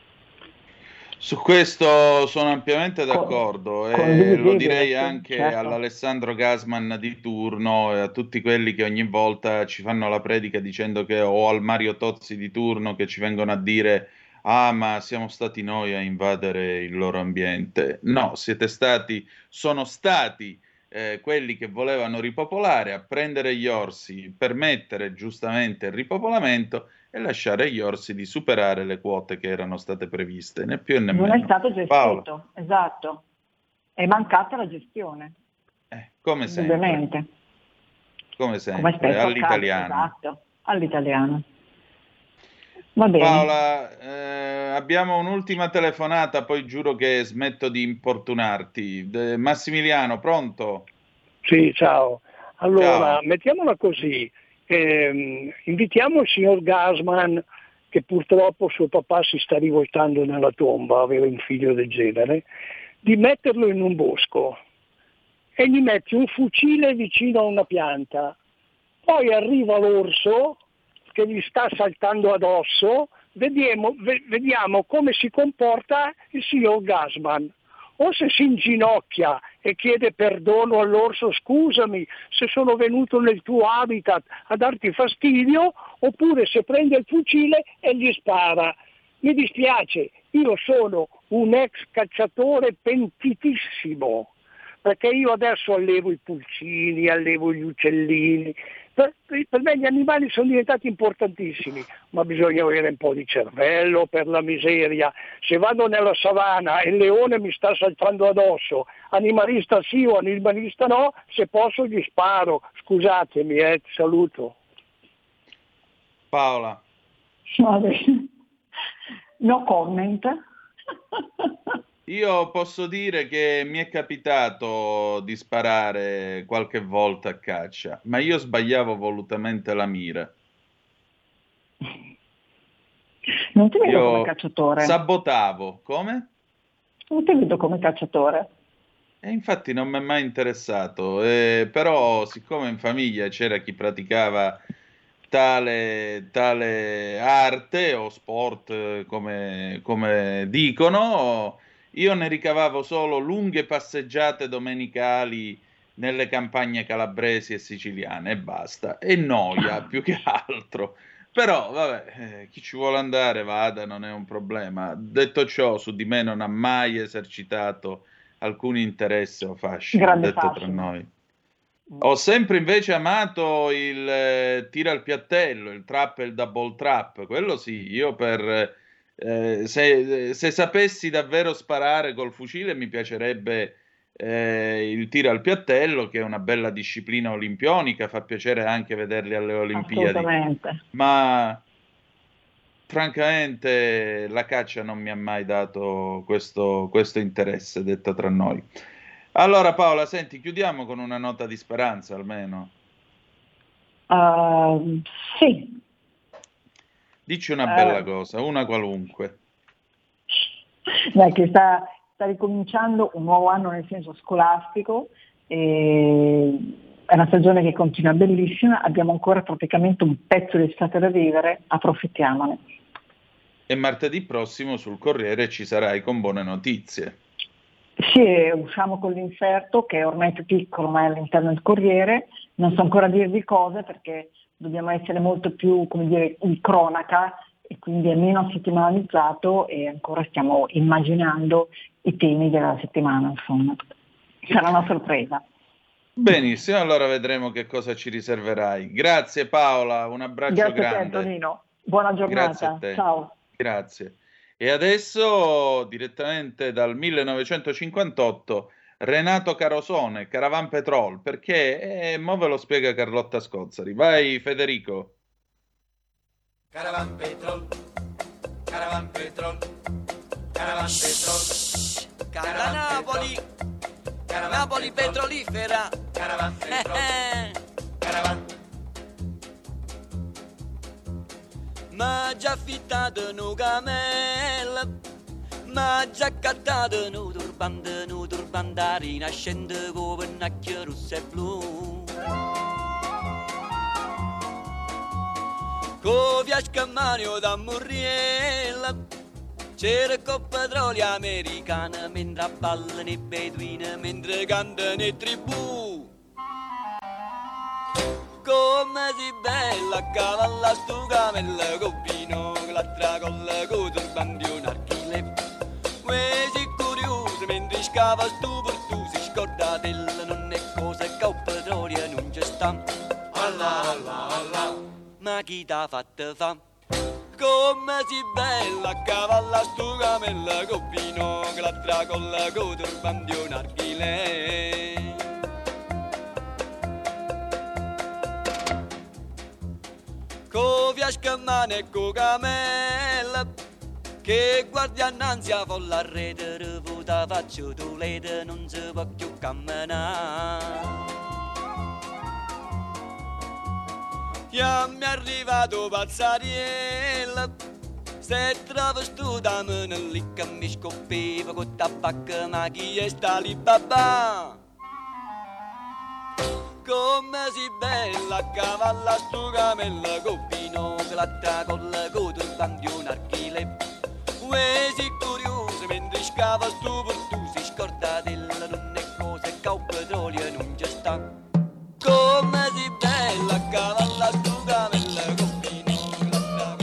Su questo sono ampiamente d'accordo e lo direi anche certo. all'Alessandro Gasman di turno e a tutti quelli che ogni volta ci fanno la predica dicendo che, o al Mario Tozzi di turno, che ci vengono a dire: ah, ma siamo stati noi a invadere il loro ambiente. No, siete stati, sono stati eh, quelli che volevano ripopolare, a prendere gli orsi, permettere giustamente il ripopolamento e lasciare gli orsi di superare le quote che erano state previste, né più né meno. Non è stato gestito, Paola. esatto. È mancata la gestione. Eh, come sempre. Indubbiamente. Come sempre, Come spesso all'italiano. accade, esatto, all'italiano. Va bene. Paola, eh, abbiamo un'ultima telefonata, poi giuro che smetto di importunarti. De- Massimiliano, pronto? Sì, ciao. Allora, Ciao. mettiamola così. Eh, invitiamo il signor Gasman, che purtroppo suo papà si sta rivoltando nella tomba, aveva un figlio del genere, di metterlo in un bosco e gli metti un fucile vicino a una pianta, poi arriva l'orso che gli sta saltando addosso, vediamo, ve- vediamo come si comporta il signor Gasman. O se si inginocchia e chiede perdono all'orso: scusami se sono venuto nel tuo habitat a darti fastidio, oppure se prende il fucile e gli spara. Mi dispiace, io sono un ex cacciatore pentitissimo, perché io adesso allevo i pulcini, allevo gli uccellini. Per, per me gli animali sono diventati importantissimi, ma bisogna avere un po' di cervello, per la miseria. Se vado nella savana e il leone mi sta saltando addosso, animalista sì o animalista no, se posso gli sparo. Scusatemi, eh, ti saluto. Paola. Vabbè. No comment. Io posso dire che mi è capitato di sparare qualche volta a caccia, ma io sbagliavo volutamente la mira. Non ti vedo Io come cacciatore. sabotavo, come? Non ti vedo come cacciatore. E infatti non mi è mai interessato, eh, però siccome in famiglia c'era chi praticava tale, tale arte o sport, eh, come, come dicono, io ne ricavavo solo lunghe passeggiate domenicali nelle campagne calabresi e siciliane e basta, e noia più che altro. Però, vabbè, eh, chi ci vuole andare vada, non è un problema. Detto ciò, su di me non ha mai esercitato alcun interesse o fascino, Grande detto tra fascino. noi. Ho sempre invece amato il eh, tira al piattello, il trap e il double trap, quello sì, io per... eh, se, se sapessi davvero sparare col fucile mi piacerebbe eh, il tiro al piattello, che è una bella disciplina olimpionica, fa piacere anche vederli alle Olimpiadi. Assolutamente. Ma francamente la caccia non mi ha mai dato questo, questo interesse, detta tra noi. Allora Paola, senti, chiudiamo con una nota di speranza almeno. Uh, sì. Dici una bella uh, cosa, una qualunque. Beh, che sta, sta ricominciando un nuovo anno nel senso scolastico, e è una stagione che continua bellissima, abbiamo ancora praticamente un pezzo di estate da vivere, approfittiamone. E martedì prossimo sul Corriere ci sarai con buone notizie. Sì, usciamo con l'inserto che è ormai più piccolo ma è all'interno del Corriere, non so ancora dirvi cose perché dobbiamo essere molto più, come dire, in cronaca e quindi è meno settimanalizzato e ancora stiamo immaginando i temi della settimana, insomma. Sarà una sorpresa. Benissimo, allora vedremo che cosa ci riserverai. Grazie Paola, un abbraccio Grazie grande. a te Antonino, buona giornata, ciao. Grazie. E adesso direttamente dal millenovecentocinquantotto Renato Carosone, Caravan Petrol, perché eh, mo ve lo spiega Carlotta Scozzari. Vai Federico. Caravan Petrol, Caravan Petrol, Caravan Petrol, Caravan Napoli, Caravan Napoli petrolifera, Caravan Petrol, Caravan. Ma già affittato un camel, ma già accattato un turbante, un turbante rinascente con pennacchio rosso e blu. Con fiascamanio da Murriella, cerco petrolio americano, mentre ballano i beduini, mentre cantano i tribù. Come si bella a cavalla stu camella con vino, con l'altra colla con turbante un archile. Quasi curioso mentre scava stu portu, si scorda della non è cosa che il petrolio non c'è sta. Allah, Allah, Allah, ma chi t'ha fatto fa? Come si bella a cavalla stu camella con vino, con l'altra colla con turbante un archile. Co fiascamane e co camella, che guardia annanzi a folla rete, revuta faccio tu lede, non si può più camminare. Io mi è arrivato Pazzariella, se trovo stu damene lì che mi scoppiva con tabacco, ma chi è sta lì babà? Come si bella a cavalla stu camella con vino, con l'altra colla con turbante un archile. Uè si curioso mentre scava stu portu, si scorda della non è cosa che il petrolio non c'è sta. Come si bella a cavalla stu camella con vino, con l'altra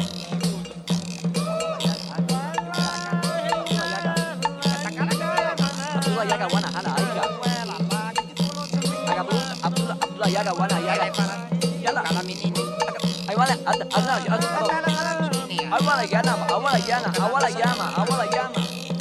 yaga wana yaga yala I wanna I wanna yana I wanna yana I wanna yama I wanna yama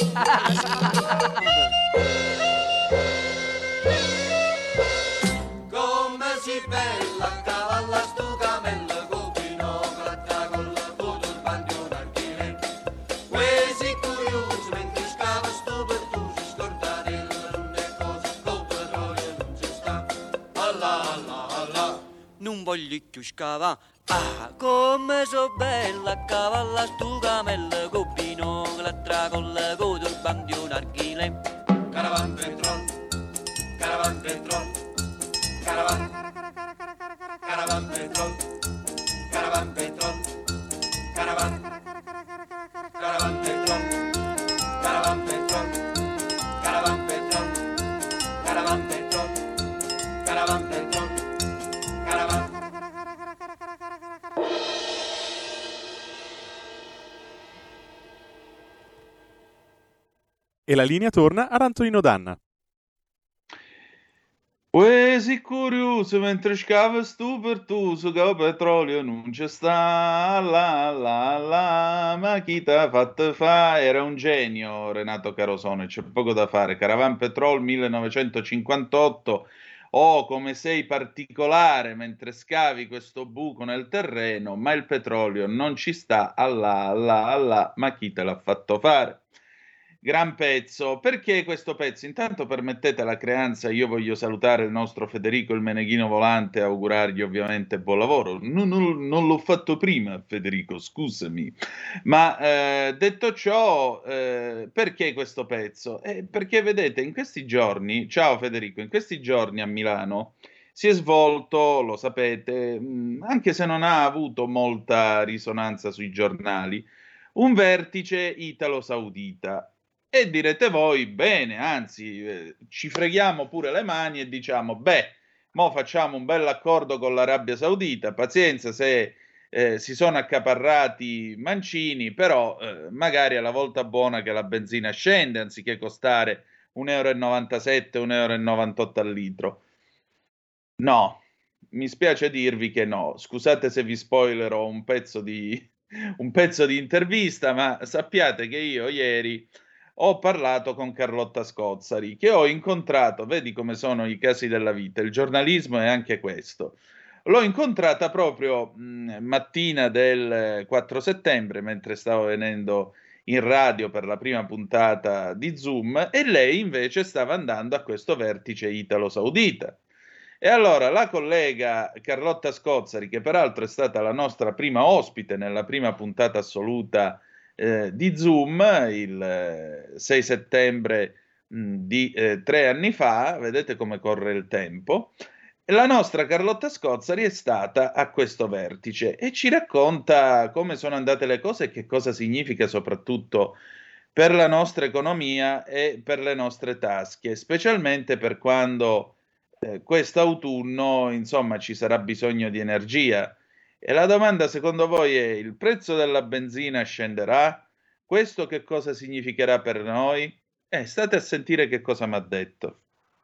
come si bella a cavalla stu camella con vino con l'altra colla con turbante un archile. Quasi curioso mentre scava stu per tu si scorda della non è cosa col petrolio non ci sta. Allah Allah Allah, non voglio più scava. Ah, come so bella a cavalla stu camella con vino, con l'altra colla con turbante un archile. Caravan Petrol, Caravan Petrol, Caravan, Caravan Petrol, Caravan Petrol, Caravan, Caravan Petrol, Caravan Petrol, Caravan Petrol, Caravan Petrol, Caravan Petrol, Caravan. E la linea torna ad Antonino Danna. Uè, sei curioso, mentre scava stu pertuso che il petrolio non ci sta, la la la, ma chi t'ha fatto fa? Era un genio Renato Carosone, c'è poco da fare. Caravan Petrol millenovecentocinquantotto, oh come sei particolare mentre scavi questo buco nel terreno, ma il petrolio non ci sta, alla alla alla, ma chi te l'ha fatto fare? Gran pezzo. Perché questo pezzo? Intanto permettete la creanza, io voglio salutare il nostro Federico il Meneghino Volante e augurargli ovviamente buon lavoro. Non, non- non l'ho fatto prima, Federico, scusami. Ma eh, detto ciò, eh, perché questo pezzo? Eh, perché vedete, in questi giorni, ciao Federico, in questi giorni a Milano si è svolto, lo sapete, mh, anche se non ha avuto molta risonanza sui giornali, un vertice italo-saudita. E direte voi, bene, anzi, eh, ci freghiamo pure le mani e diciamo, beh, mo facciamo un bel accordo con l'Arabia Saudita, pazienza se eh, si sono accaparrati mancini, però eh, magari è la volta buona che la benzina scende, anziché costare un euro e novantasette, un euro e novantotto al litro. No, mi spiace dirvi che no. Scusate se vi spoilerò un pezzo di, un pezzo di intervista, ma sappiate che io ieri ho parlato con Carlotta Scozzari, che ho incontrato, vedi come sono i casi della vita, il giornalismo è anche questo. L'ho incontrata proprio mh, mattina del quattro settembre, mentre stavo venendo in radio per la prima puntata di Zoom, e lei invece stava andando a questo vertice italo-saudita. E allora la collega Carlotta Scozzari, che peraltro è stata la nostra prima ospite nella prima puntata assoluta eh, di Zoom, il eh, sei settembre mh, di eh, tre anni fa, vedete come corre il tempo, e la nostra Carlotta Scozzari è stata a questo vertice e ci racconta come sono andate le cose e che cosa significa soprattutto per la nostra economia e per le nostre tasche, specialmente per quando eh, quest'autunno, insomma, ci sarà bisogno di energia. E la domanda secondo voi è: il prezzo della benzina scenderà? Questo che cosa significherà per noi? Eh, state a sentire che cosa mi ha detto.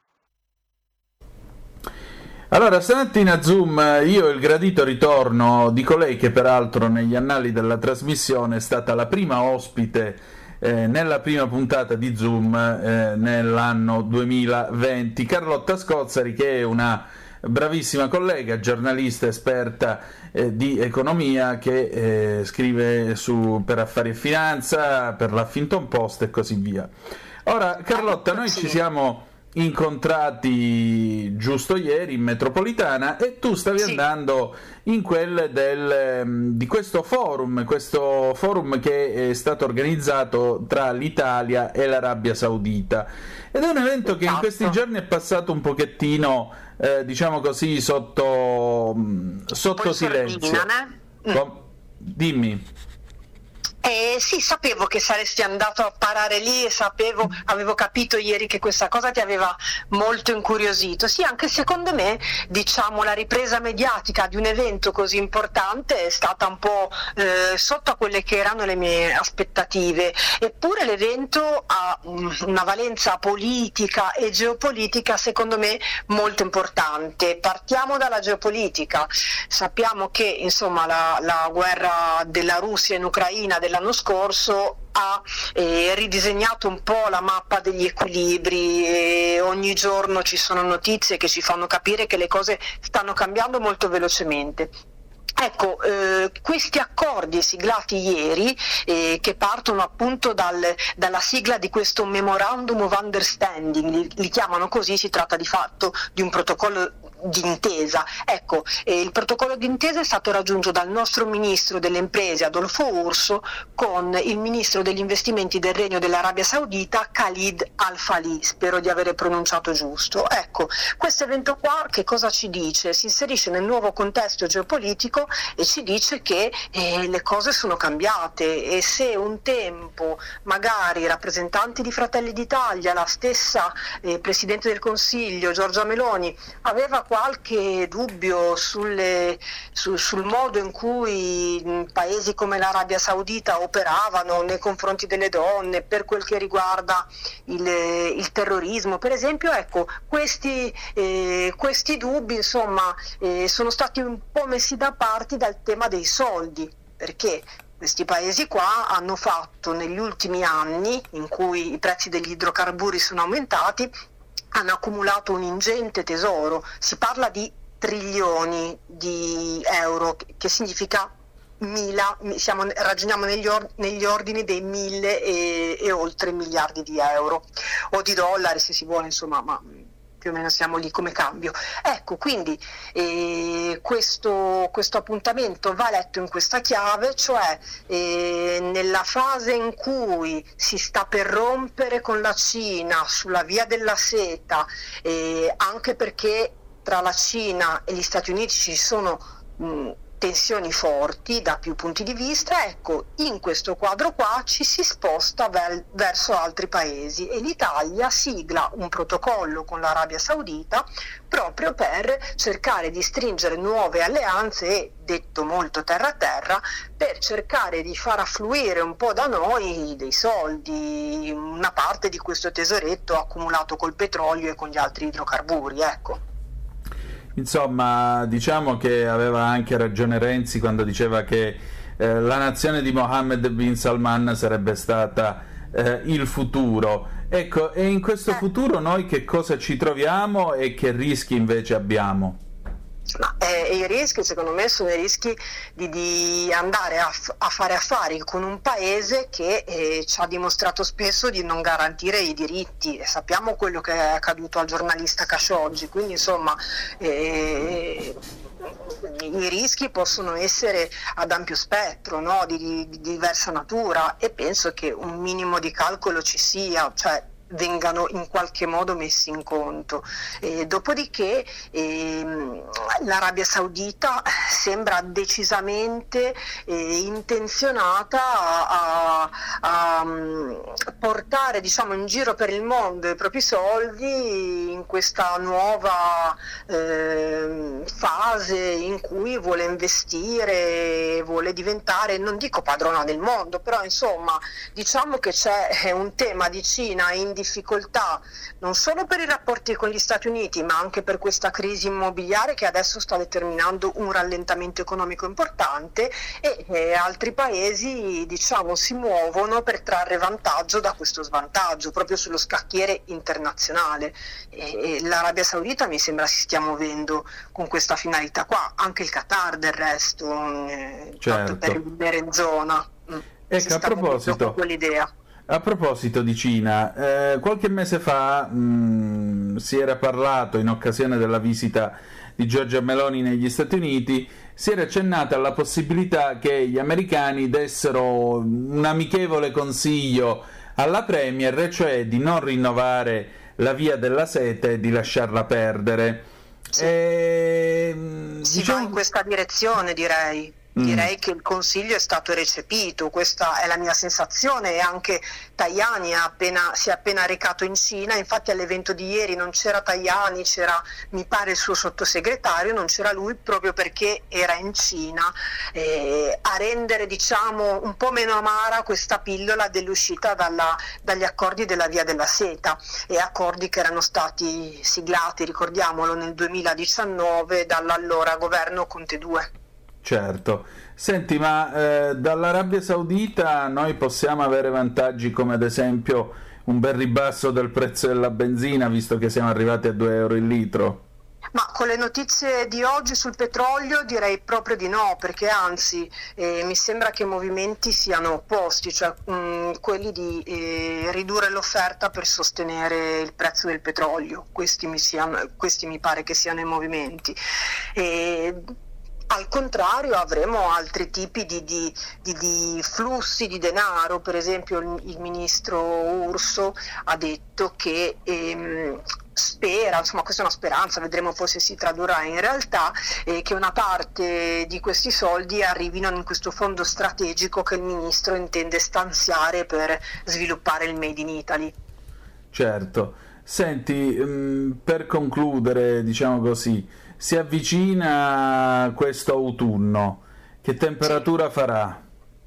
Allora, stamattina a Zoom io ho il gradito ritorno di colei che peraltro negli annali della trasmissione è stata la prima ospite eh, nella prima puntata di Zoom eh, nell'anno duemilaventi, Carlotta Scozzari, che è una bravissima collega, giornalista esperta eh, di economia, che eh, scrive su per Affari e Finanza, per l'Huffington Post e così via. Ora, Carlotta, noi ci siamo incontrati giusto ieri in metropolitana e tu stavi sì. andando in quel del, di questo forum, questo forum che è stato organizzato tra l'Italia e l'Arabia Saudita, ed è un evento che in questi giorni è passato un pochettino eh, diciamo così sotto, sotto silenzio. Com- dimmi. Eh, sì, sapevo che saresti andato a parare lì e sapevo, avevo capito ieri che questa cosa ti aveva molto incuriosito. Sì, anche secondo me, diciamo, la ripresa mediatica di un evento così importante è stata un po' eh, sotto a quelle che erano le mie aspettative, eppure l'evento ha una valenza politica e geopolitica secondo me molto importante. Partiamo dalla geopolitica. Sappiamo che insomma la, la guerra della Russia in Ucraina dell'anno scorso ha eh, ridisegnato un po' la mappa degli equilibri e ogni giorno ci sono notizie che ci fanno capire che le cose stanno cambiando molto velocemente. Ecco, eh, questi accordi siglati ieri, eh, che partono appunto dal, dalla sigla di questo Memorandum of Understanding, li, li chiamano così, si tratta di fatto di un protocollo d'intesa. Ecco, eh, il protocollo d'intesa è stato raggiunto dal nostro ministro delle imprese Adolfo Urso con il ministro degli investimenti del Regno dell'Arabia Saudita Khalid Al-Falih, spero di avere pronunciato giusto. Ecco, questo evento qua che cosa ci dice? Si inserisce nel nuovo contesto geopolitico e ci dice che eh, le cose sono cambiate, e se un tempo magari i rappresentanti di Fratelli d'Italia, la stessa eh, Presidente del Consiglio Giorgia Meloni aveva qualche dubbio sulle, su, sul modo in cui paesi come l'Arabia Saudita operavano nei confronti delle donne per quel che riguarda il, il terrorismo, per esempio, ecco, questi, eh, questi dubbi insomma eh, sono stati un po' messi da parte dal tema dei soldi, perché questi paesi qua hanno fatto negli ultimi anni, in cui i prezzi degli idrocarburi sono aumentati, hanno accumulato un ingente tesoro. Si parla di trilioni di euro, che significa mila, siamo, ragioniamo negli, or, negli ordini dei mille e, e oltre miliardi di euro, o di dollari se si vuole, insomma, ma più o meno siamo lì come cambio. Ecco, quindi eh, questo, questo appuntamento va letto in questa chiave, cioè eh, nella fase in cui si sta per rompere con la Cina sulla via della seta, eh, anche perché tra la Cina e gli Stati Uniti ci sono mh, tensioni forti da più punti di vista, ecco, in questo quadro qua ci si sposta ver- verso altri paesi e l'Italia sigla un protocollo con l'Arabia Saudita proprio per cercare di stringere nuove alleanze e, detto molto terra a terra, per cercare di far affluire un po' da noi dei soldi, una parte di questo tesoretto accumulato col petrolio e con gli altri idrocarburi, ecco. Insomma, diciamo che aveva anche ragione Renzi quando diceva che eh, la nazione di Mohammed bin Salman sarebbe stata eh, il futuro. Ecco, e in questo futuro noi che cosa ci troviamo e che rischi invece abbiamo? Ma, eh, i rischi secondo me sono i rischi di, di andare a, f- a fare affari con un paese che eh, ci ha dimostrato spesso di non garantire i diritti, e sappiamo quello che è accaduto al giornalista Khashoggi, quindi insomma eh, i rischi possono essere ad ampio spettro, no? di, di, di diversa natura, e penso che un minimo di calcolo ci sia, cioè vengano in qualche modo messi in conto. E dopodiché ehm, l'Arabia Saudita sembra decisamente eh, intenzionata a, a, a portare, diciamo, in giro per il mondo i propri soldi in questa nuova eh, fase in cui vuole investire, vuole diventare, non dico padrona del mondo, però insomma diciamo che c'è un tema di Cina in difficoltà non solo per i rapporti con gli Stati Uniti, ma anche per questa crisi immobiliare che adesso sta determinando un rallentamento economico importante, e eh, altri paesi, diciamo, si muovono per trarre vantaggio da questo svantaggio proprio sullo scacchiere internazionale, e, e l'Arabia Saudita mi sembra si stia muovendo con questa finalità qua, anche il Qatar del resto, eh, certo, per rimanere in zona. Mm. Ecco, a proposito, quell'idea. A proposito di Cina, eh, qualche mese fa mh, si era parlato, in occasione della visita di Giorgia Meloni negli Stati Uniti, si era accennata alla possibilità che gli americani dessero un amichevole consiglio alla Premier, cioè di non rinnovare la via della seta e di lasciarla perdere. Sì. E, si diciamo... va in questa direzione, direi. Direi che il consiglio è stato recepito, questa è la mia sensazione, e anche Tajani ha appena, si è appena recato in Cina, infatti all'evento di ieri non c'era Tajani, c'era mi pare il suo sottosegretario, non c'era lui proprio perché era in Cina, eh, a rendere, diciamo, un po' meno amara questa pillola dell'uscita dalla, dagli accordi della Via della Seta, e accordi che erano stati siglati, ricordiamolo, nel duemiladiciannove dall'allora governo Conte due. Certo. Senti, ma eh, dall'Arabia Saudita noi possiamo avere vantaggi come ad esempio un bel ribasso del prezzo della benzina, visto che siamo arrivati a due euro il litro? Ma con le notizie di oggi sul petrolio direi proprio di no, perché anzi eh, mi sembra che i movimenti siano opposti, cioè mh, quelli di eh, ridurre l'offerta per sostenere il prezzo del petrolio, questi mi, siano, questi mi pare che siano i movimenti. E, al contrario avremo altri tipi di, di, di, di flussi di denaro, per esempio il, il ministro Urso ha detto che ehm, spera, insomma questa è una speranza, vedremo poi se si tradurrà in realtà, eh, che una parte di questi soldi arrivino in questo fondo strategico che il ministro intende stanziare per sviluppare il Made in Italy. Certo. Senti, mh, per concludere, diciamo così, si avvicina questo autunno, che temperatura sì. farà?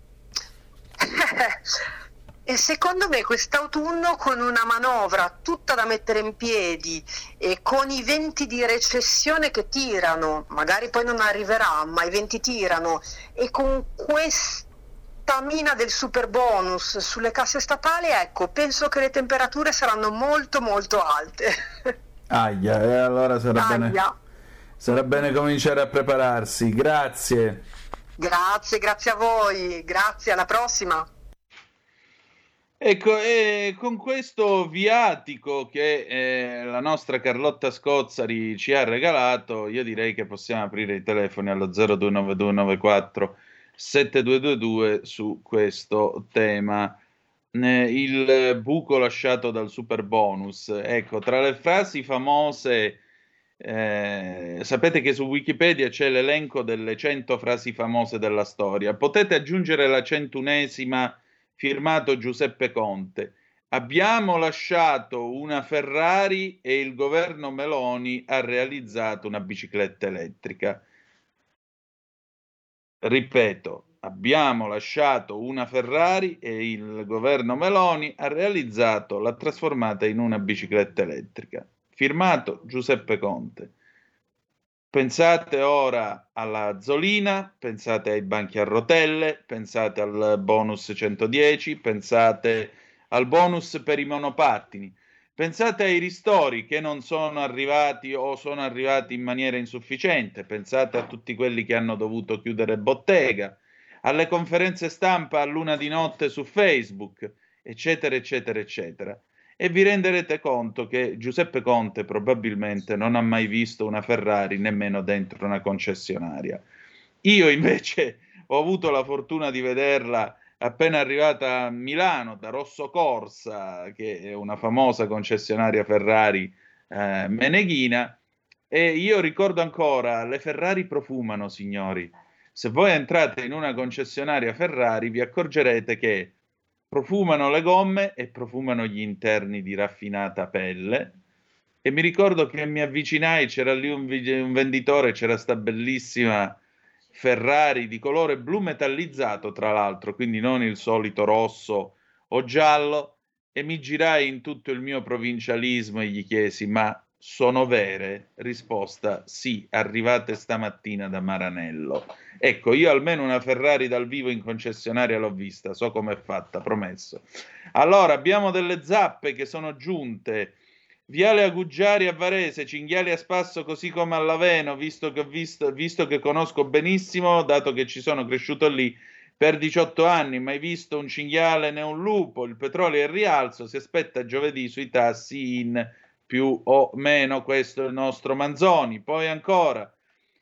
E secondo me quest'autunno, con una manovra tutta da mettere in piedi e con i venti di recessione che tirano, magari poi non arriverà, ma i venti tirano, e con questa mina del super bonus sulle casse statali, ecco, penso che le temperature saranno molto molto alte. Aia, e allora sarà Aia. bene, sarà bene cominciare a prepararsi. Grazie. Grazie, grazie a voi, grazie, alla prossima. Ecco, e con questo viatico che eh, la nostra Carlotta Scozzari ci ha regalato, io direi che possiamo aprire i telefoni allo zero due nove due nove quattro sette due due due su questo tema. Eh, il buco lasciato dal super bonus. Ecco, tra le frasi famose, eh, sapete che su Wikipedia c'è l'elenco delle cento frasi famose della storia. Potete aggiungere la centunesima, firmato Giuseppe Conte. Abbiamo lasciato una Ferrari e il governo Meloni ha realizzato una bicicletta elettrica. Ripeto, abbiamo lasciato una Ferrari e il governo Meloni ha realizzato, l'ha trasformata in una bicicletta elettrica. Firmato Giuseppe Conte. Pensate ora alla Zolina, pensate ai banchi a rotelle, pensate al bonus centodieci, pensate al bonus per i monopattini, pensate ai ristori che non sono arrivati o sono arrivati in maniera insufficiente, pensate a tutti quelli che hanno dovuto chiudere bottega, alle conferenze stampa a luna di notte su Facebook, eccetera, eccetera, eccetera. E vi renderete conto che Giuseppe Conte probabilmente non ha mai visto una Ferrari nemmeno dentro una concessionaria. Io invece ho avuto la fortuna di vederla appena arrivata a Milano da Rosso Corsa, che è una famosa concessionaria Ferrari eh, meneghina, e io ricordo ancora, le Ferrari profumano, signori. Se voi entrate in una concessionaria Ferrari vi accorgerete che profumano le gomme e profumano gli interni di raffinata pelle. E mi ricordo che mi avvicinai, c'era lì un, un venditore, c'era sta bellissima Ferrari di colore blu metallizzato, tra l'altro, quindi non il solito rosso o giallo, e mi girai in tutto il mio provincialismo e gli chiesi: ma sono vere? Risposta: sì, arrivate stamattina da Maranello. Ecco, io almeno una Ferrari dal vivo in concessionaria l'ho vista, so com'è fatta, promesso. Allora, abbiamo delle zappe che sono giunte. Viale Aguggiari a Varese, cinghiali a spasso così come a Laveno, visto che ho visto, visto che conosco benissimo, dato che ci sono cresciuto lì per diciotto anni, mai visto un cinghiale né un lupo, il petrolio è in rialzo, si aspetta giovedì sui tassi in più o meno, questo è il nostro Manzoni. Poi ancora,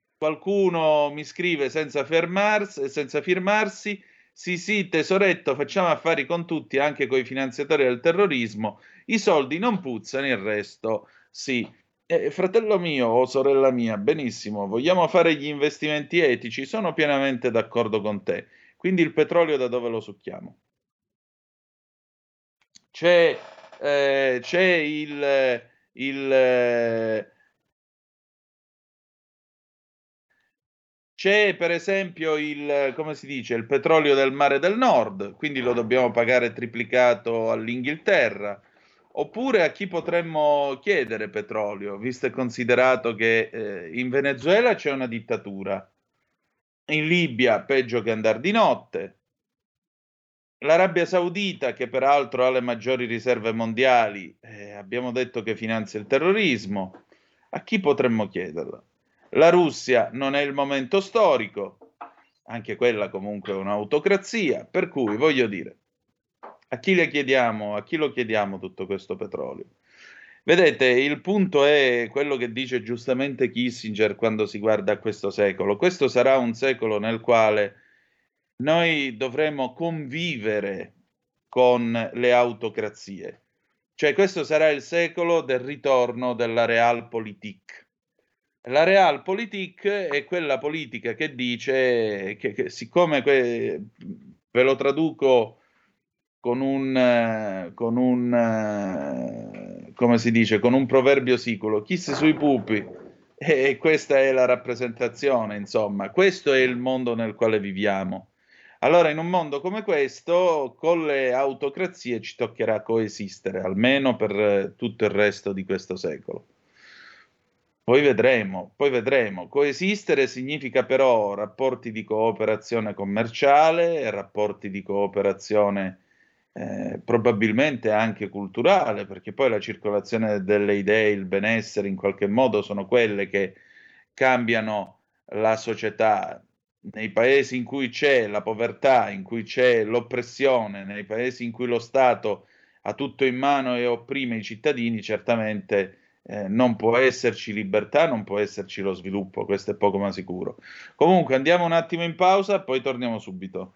qualcuno mi scrive senza fermarsi, senza firmarsi, sì sì tesoretto, facciamo affari con tutti, anche con i finanziatori del terrorismo, i soldi non puzzano, il resto sì. Eh, fratello mio o sorella mia, benissimo, vogliamo fare gli investimenti etici, sono pienamente d'accordo con te, quindi il petrolio da dove lo succhiamo? C'è, eh, c'è il... il C'è per esempio il, come si dice, il petrolio del Mare del Nord, quindi lo dobbiamo pagare triplicato all'Inghilterra. Oppure a chi potremmo chiedere petrolio, visto e considerato che eh, in Venezuela c'è una dittatura, in Libia peggio che andare di notte, l'Arabia Saudita, che peraltro ha le maggiori riserve mondiali, eh, abbiamo detto che finanzia il terrorismo. A chi potremmo chiederla? La Russia non è il momento storico, anche quella comunque è un'autocrazia, per cui voglio dire, a chi le chiediamo, a chi lo chiediamo tutto questo petrolio? Vedete, il punto è quello che dice giustamente Kissinger quando si guarda a questo secolo. Questo sarà un secolo nel quale noi dovremo convivere con le autocrazie. Cioè questo sarà il secolo del ritorno della realpolitik. La realpolitik è quella politica che dice che, che siccome que, ve lo traduco con un, con un come si dice, con un proverbio siculo, chisse sui pupi, e questa è la rappresentazione, insomma, questo è il mondo nel quale viviamo. Allora, in un mondo come questo, con le autocrazie ci toccherà coesistere, almeno per tutto il resto di questo secolo. Poi vedremo, poi vedremo. Coesistere significa però rapporti di cooperazione commerciale, rapporti di cooperazione eh, probabilmente anche culturale, perché poi la circolazione delle idee, il benessere in qualche modo sono quelle che cambiano la società. Nei paesi in cui c'è la povertà, in cui c'è l'oppressione, nei paesi in cui lo Stato ha tutto in mano e opprime i cittadini, certamente eh, non può esserci libertà, non può esserci lo sviluppo, questo è poco ma sicuro. Comunque andiamo un attimo in pausa, poi torniamo subito.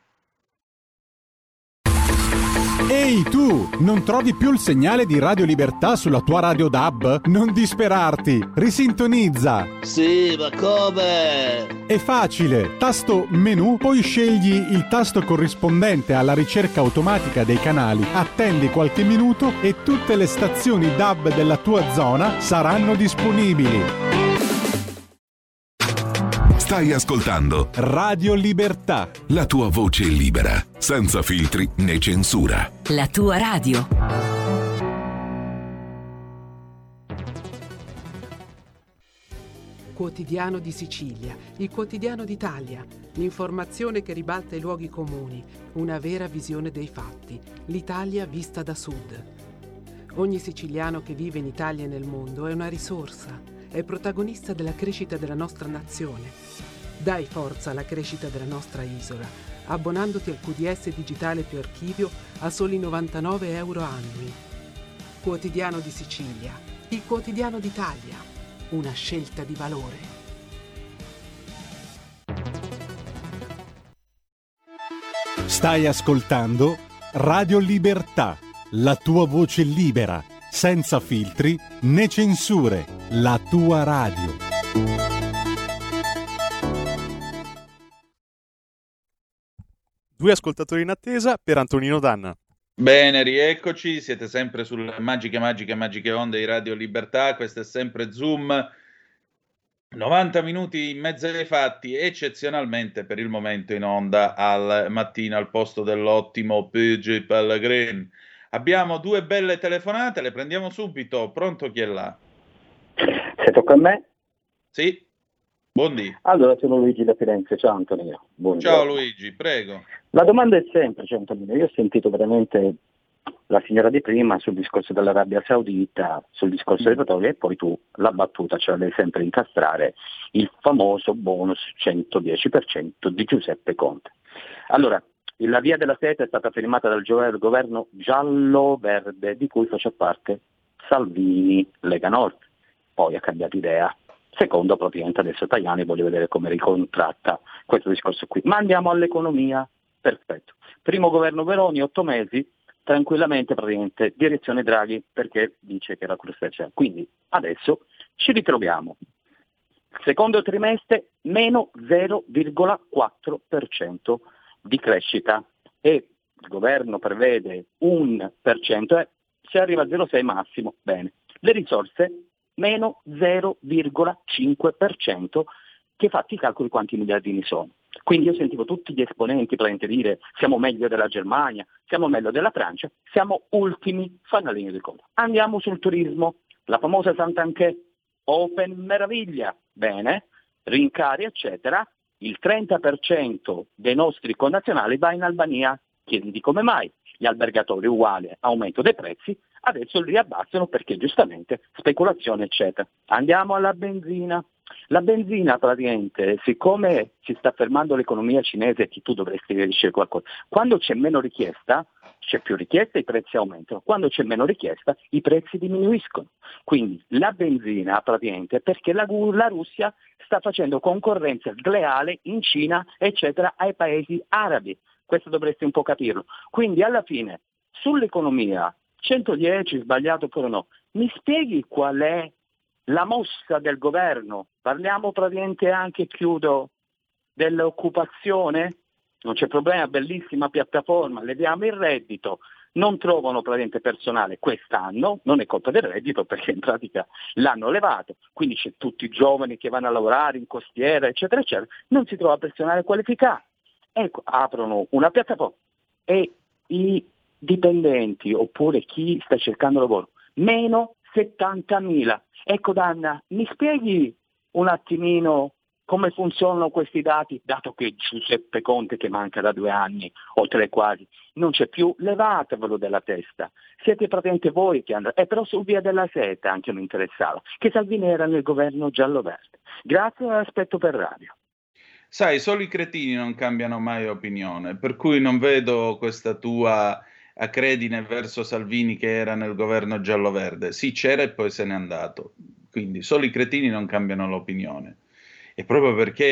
Ehi tu, non trovi più il segnale di Radio Libertà sulla tua radio D A B? Non disperarti, risintonizza! Sì, ma come? È facile, tasto menu, poi scegli il tasto corrispondente alla ricerca automatica dei canali, attendi qualche minuto e tutte le stazioni D A B della tua zona saranno disponibili. Stai ascoltando Radio Libertà, la tua voce libera, senza filtri né censura. La tua radio. Quotidiano di Sicilia, il quotidiano d'Italia, l'informazione che ribalta i luoghi comuni, una vera visione dei fatti, l'Italia vista da sud. Ogni siciliano che vive in Italia e nel mondo è una risorsa, è protagonista della crescita della nostra nazione. Dai forza alla crescita della nostra isola, abbonandoti al Q D S digitale più archivio a soli novantanove euro annui. Quotidiano di Sicilia, il quotidiano d'Italia, una scelta di valore. Stai ascoltando Radio Libertà, la tua voce libera, senza filtri né censure, la tua radio. Due ascoltatori in attesa per Antonino Danna. Bene, rieccoci, siete sempre sulle magiche, magiche, magiche onde di Radio Libertà, questo è sempre Zoom, novanta minuti in mezzo ai fatti, eccezionalmente per il momento in onda al mattino al posto dell'ottimo P G Pellegrin. Abbiamo due belle telefonate, le prendiamo subito, pronto chi è là? Se tocca a me? Sì. Buondì. Allora sono Luigi da Firenze, ciao Antonino. Buongiorno. Ciao Luigi, prego. La domanda è semplice Antonino, io ho sentito veramente la signora di prima sul discorso dell'Arabia Saudita, sul discorso dei petroli e poi tu la battuta ce la devi sempre incastrare, il famoso bonus centodieci per cento di Giuseppe Conte. Allora, la via della seta è stata firmata dal governo giallo-verde di cui faceva parte Salvini, Lega Nord, poi ha cambiato idea. Secondo, praticamente adesso Tajani voglio vedere come ricontratta questo discorso qui. Ma andiamo all'economia, perfetto. Primo governo Veroni, otto mesi, tranquillamente praticamente direzione Draghi perché dice che era crustácea. Quindi adesso ci ritroviamo. Secondo trimestre meno zero virgola quattro per cento di crescita e il governo prevede un per cento e se arriva a zero virgola sei massimo, bene. Le risorse meno zero virgola cinque per cento, che fatti i calcoli quanti miliardini sono. Quindi io sentivo tutti gli esponenti praticamente dire siamo meglio della Germania, siamo meglio della Francia, siamo ultimi fanalini di coda. Andiamo sul turismo, la famosa Sant'Anché, Open meraviglia, bene, rincari eccetera, il trenta per cento dei nostri connazionali va in Albania, chiedi come mai, gli albergatori uguali, aumento dei prezzi, adesso li abbassano perché giustamente speculazione eccetera. Andiamo alla benzina. La benzina praticamente, siccome si sta fermando l'economia cinese, che tu dovresti dire qualcosa, quando c'è meno richiesta, c'è più richiesta, i prezzi aumentano, quando c'è meno richiesta i prezzi diminuiscono. Quindi la benzina praticamente perché la, la Russia sta facendo concorrenza sleale in Cina eccetera ai paesi arabi, questo dovresti un po' capirlo. Quindi alla fine sull'economia centodieci sbagliato oppure no, mi spieghi qual è la mossa del governo? Parliamo praticamente anche, chiudo, dell'occupazione, non c'è problema, bellissima piattaforma, leviamo il reddito, non trovano praticamente personale quest'anno, non è colpa del reddito perché in pratica l'hanno levato, quindi c'è tutti i giovani che vanno a lavorare in costiera eccetera eccetera, non si trova personale qualificato, ecco, aprono una piattaforma e i dipendenti oppure chi sta cercando lavoro, meno settantamila. Ecco Danna, mi spieghi un attimino come funzionano questi dati, dato che Giuseppe Conte, che manca da due anni o tre quasi, non c'è più, levatevelo dalla testa. Siete praticamente voi che andate. E però su Via della Seta anche mi interessava, che Salvini era nel governo giallo-verde. Grazie, aspetto per radio. Sai, solo i cretini non cambiano mai opinione, per cui non vedo questa tua acredine verso Salvini che era nel governo giallo-verde. Sì, c'era e poi se n'è andato. Quindi solo i cretini non cambiano l'opinione. E proprio perché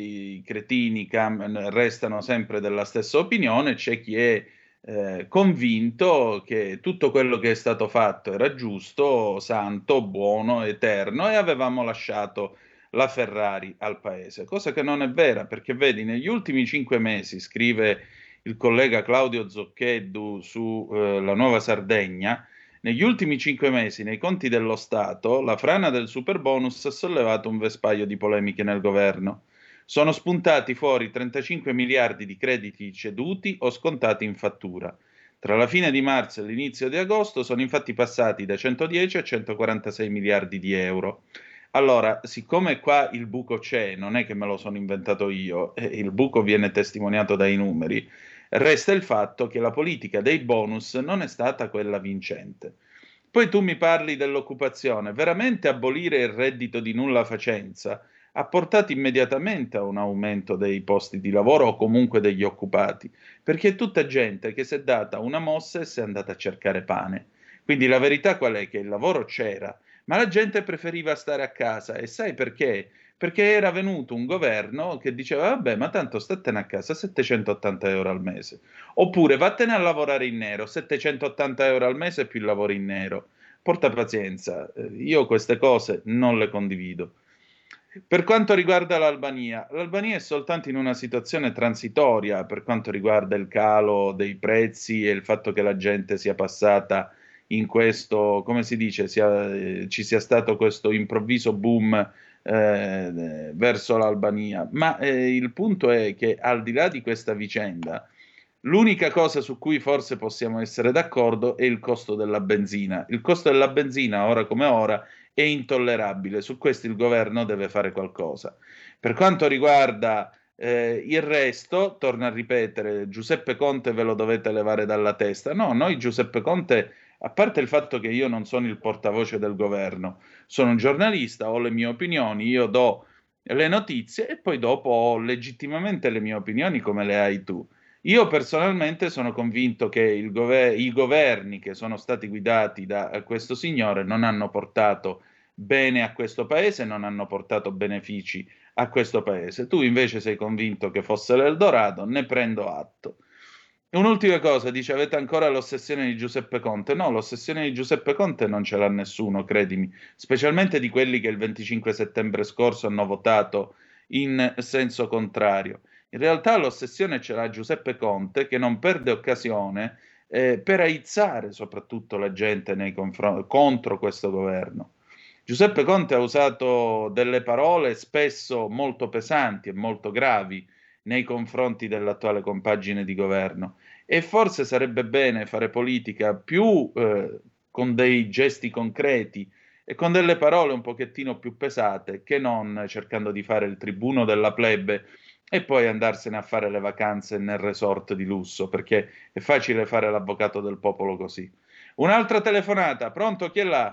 i cretini cam- restano sempre della stessa opinione, c'è chi è eh, convinto che tutto quello che è stato fatto era giusto, santo, buono, eterno e avevamo lasciato la Ferrari al paese, cosa che non è vera, perché vedi, negli ultimi cinque mesi, scrive il collega Claudio Zoccheddu su eh, La Nuova Sardegna, negli ultimi cinque mesi, nei conti dello Stato, la frana del superbonus ha sollevato un vespaio di polemiche nel governo. Sono spuntati fuori trentacinque miliardi di crediti ceduti o scontati in fattura. Tra la fine di marzo e l'inizio di agosto sono infatti passati da centodieci a centoquarantasei miliardi di euro. Allora, siccome qua il buco c'è, non è che me lo sono inventato io, eh, il buco viene testimoniato dai numeri, resta il fatto che la politica dei bonus non è stata quella vincente. Poi tu mi parli dell'occupazione. Veramente abolire il reddito di nulla facenza ha portato immediatamente a un aumento dei posti di lavoro o comunque degli occupati, perché è tutta gente che si è data una mossa e si è andata a cercare pane. Quindi la verità qual è? Che il lavoro c'era, ma la gente preferiva stare a casa. E sai perché? Perché era venuto un governo che diceva vabbè, ma tanto statene a casa, settecentottanta euro al mese, oppure vattene a lavorare in nero, settecentottanta euro al mese più il lavoro in nero. Porta pazienza, io queste cose non le condivido. Per quanto riguarda l'Albania, l'Albania è soltanto in una situazione transitoria per quanto riguarda il calo dei prezzi e il fatto che la gente sia passata in questo, come si dice, sia, eh, ci sia stato questo improvviso boom Eh, verso l'Albania, ma eh, il punto è che al di là di questa vicenda, l'unica cosa su cui forse possiamo essere d'accordo è il costo della benzina. Il costo della benzina, ora come ora, è intollerabile. Su questo il governo deve fare qualcosa. Per quanto riguarda eh, il resto, torno a ripetere, Giuseppe Conte ve lo dovete levare dalla testa. No, noi Giuseppe Conte, a parte il fatto che io non sono il portavoce del governo, sono un giornalista, ho le mie opinioni, io do le notizie e poi dopo ho legittimamente le mie opinioni come le hai tu. Io personalmente sono convinto che il gover- i governi che sono stati guidati da questo signore non hanno portato bene a questo paese, non hanno portato benefici a questo paese. Tu invece sei convinto che fosse l'Eldorado, ne prendo atto. Un'ultima cosa, dice, avete ancora l'ossessione di Giuseppe Conte? No, l'ossessione di Giuseppe Conte non ce l'ha nessuno, credimi, specialmente di quelli che il venticinque settembre scorso hanno votato in senso contrario. In realtà l'ossessione ce l'ha Giuseppe Conte, che non perde occasione eh, per aizzare soprattutto la gente nei confron- contro questo governo. Giuseppe Conte ha usato delle parole spesso molto pesanti e molto gravi nei confronti dell'attuale compagine di governo e forse sarebbe bene fare politica più eh, con dei gesti concreti e con delle parole un pochettino più pesate che non cercando di fare il tribuno della plebe e poi andarsene a fare le vacanze nel resort di lusso, perché è facile fare l'avvocato del popolo così. Un'altra telefonata, pronto? Chi è là?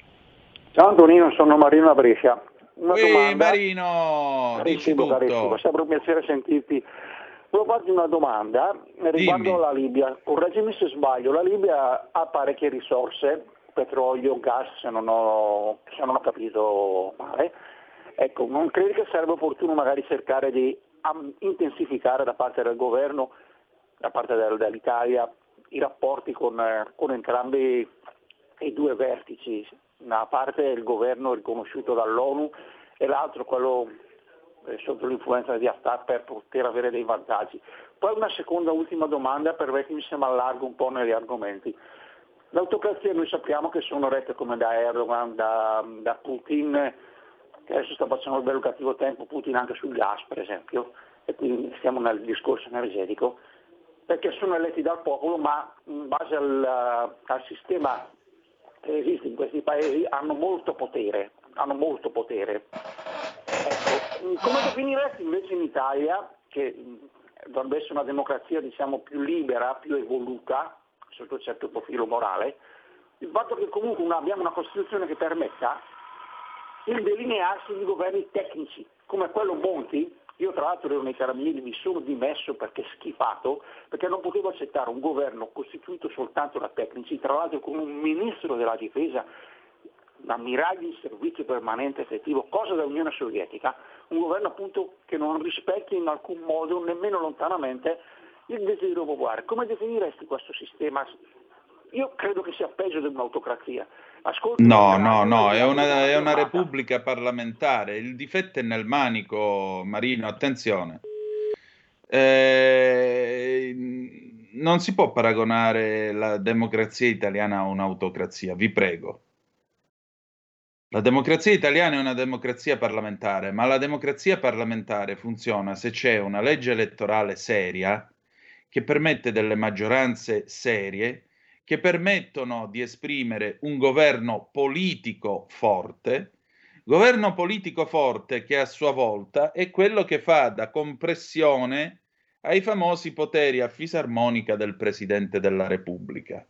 Ciao Antonino, sono Marino a Brescia. Una Ui, domanda. Marino, dici tutto. Carissimo, sempre un piacere sentirti. Volevo farti una domanda riguardo Dimmi. la Libia. Correggimi se sbaglio, la Libia ha parecchie risorse, petrolio, gas, se non ho, se non ho capito male. Ecco, non credi che sarebbe opportuno magari cercare di um, intensificare da parte del governo, da parte del, dell'Italia, i rapporti con, eh, con entrambi i due vertici? Una parte il governo riconosciuto dall'ONU e l'altro quello eh, sotto l'influenza di Haftar per poter avere dei vantaggi. Poi una seconda, ultima domanda, per me che mi sembra largo un po' negli argomenti. L'autocrazia noi sappiamo che sono rette come da Erdogan, da, da Putin, che adesso sta facendo il bello cattivo tempo, Putin anche sul gas per esempio, e quindi stiamo nel discorso energetico, perché sono eletti dal popolo, ma in base al, al sistema che esiste in questi paesi hanno molto potere, hanno molto potere. Ecco, come definiresti invece in Italia, che dovrebbe essere una democrazia diciamo più libera, più evoluta, sotto un certo profilo morale, il fatto che comunque una, abbiamo una Costituzione che permetta il delinearsi di governi tecnici, come quello Monti? Io tra l'altro ero nei Carabinieri, mi sono dimesso perché schifato, perché non potevo accettare un governo costituito soltanto da tecnici, tra l'altro con un ministro della difesa, un ammiraglio in servizio permanente effettivo, cosa dell'Unione Sovietica, un governo appunto che non rispecchia in alcun modo, nemmeno lontanamente, il desiderio popolare. Come definiresti questo sistema? Io credo che sia peggio di un'autocrazia. Ascolto no, no, no, è una, è una repubblica parlamentare. Il difetto è nel manico, Marino, attenzione. Eh, non si può paragonare la democrazia italiana a un'autocrazia, vi prego. La democrazia italiana è una democrazia parlamentare, ma la democrazia parlamentare funziona se c'è una legge elettorale seria che permette delle maggioranze serie, che permettono di esprimere un governo politico forte, governo politico forte che a sua volta è quello che fa da compressione ai famosi poteri a fisarmonica del Presidente della Repubblica.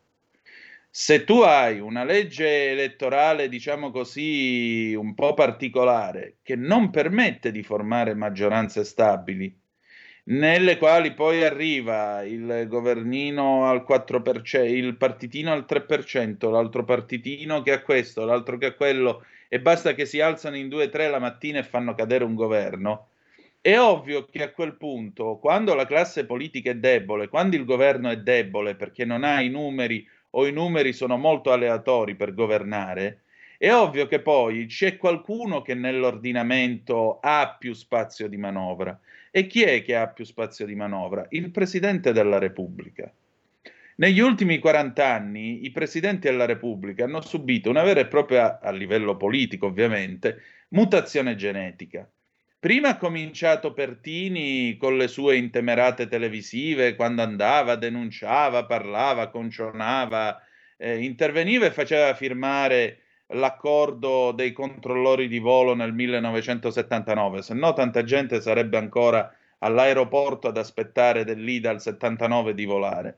Se tu hai una legge elettorale, diciamo così, un po' particolare, che non permette di formare maggioranze stabili, nelle quali poi arriva il governino al quattro per cento, il partitino al tre per cento, l'altro partitino che ha questo, l'altro che ha quello, e basta che si alzano in due o tre la mattina e fanno cadere un governo, è ovvio che a quel punto, quando la classe politica è debole, quando il governo è debole perché non ha i numeri o i numeri sono molto aleatori per governare, è ovvio che poi c'è qualcuno che nell'ordinamento ha più spazio di manovra. E chi è che ha più spazio di manovra? Il Presidente della Repubblica. Negli ultimi quaranta anni i Presidenti della Repubblica hanno subito una vera e propria, a livello politico ovviamente, mutazione genetica. Prima ha cominciato Pertini con le sue intemerate televisive, quando andava, denunciava, parlava, concionava, eh, interveniva e faceva firmare l'accordo dei controllori di volo nel millenovecentosettantanove, se no tanta gente sarebbe ancora all'aeroporto ad aspettare dell'I dal settantanove di volare.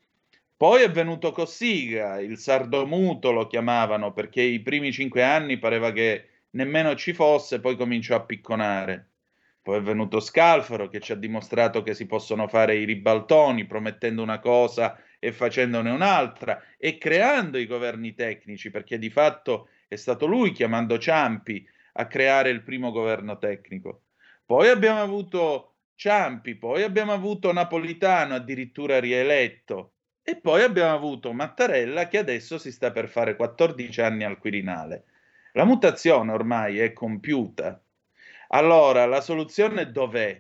Poi è venuto Cossiga, il sardomuto lo chiamavano, perché i primi cinque anni pareva che nemmeno ci fosse, poi cominciò a picconare. Poi è venuto Scalfaro che ci ha dimostrato che si possono fare i ribaltoni promettendo una cosa e facendone un'altra e creando i governi tecnici, perché di fatto è stato lui, chiamando Ciampi, a creare il primo governo tecnico. Poi abbiamo avuto Ciampi, poi abbiamo avuto Napolitano addirittura rieletto e poi abbiamo avuto Mattarella che adesso si sta per fare quattordici anni al Quirinale. La mutazione ormai è compiuta. Allora, la soluzione dov'è?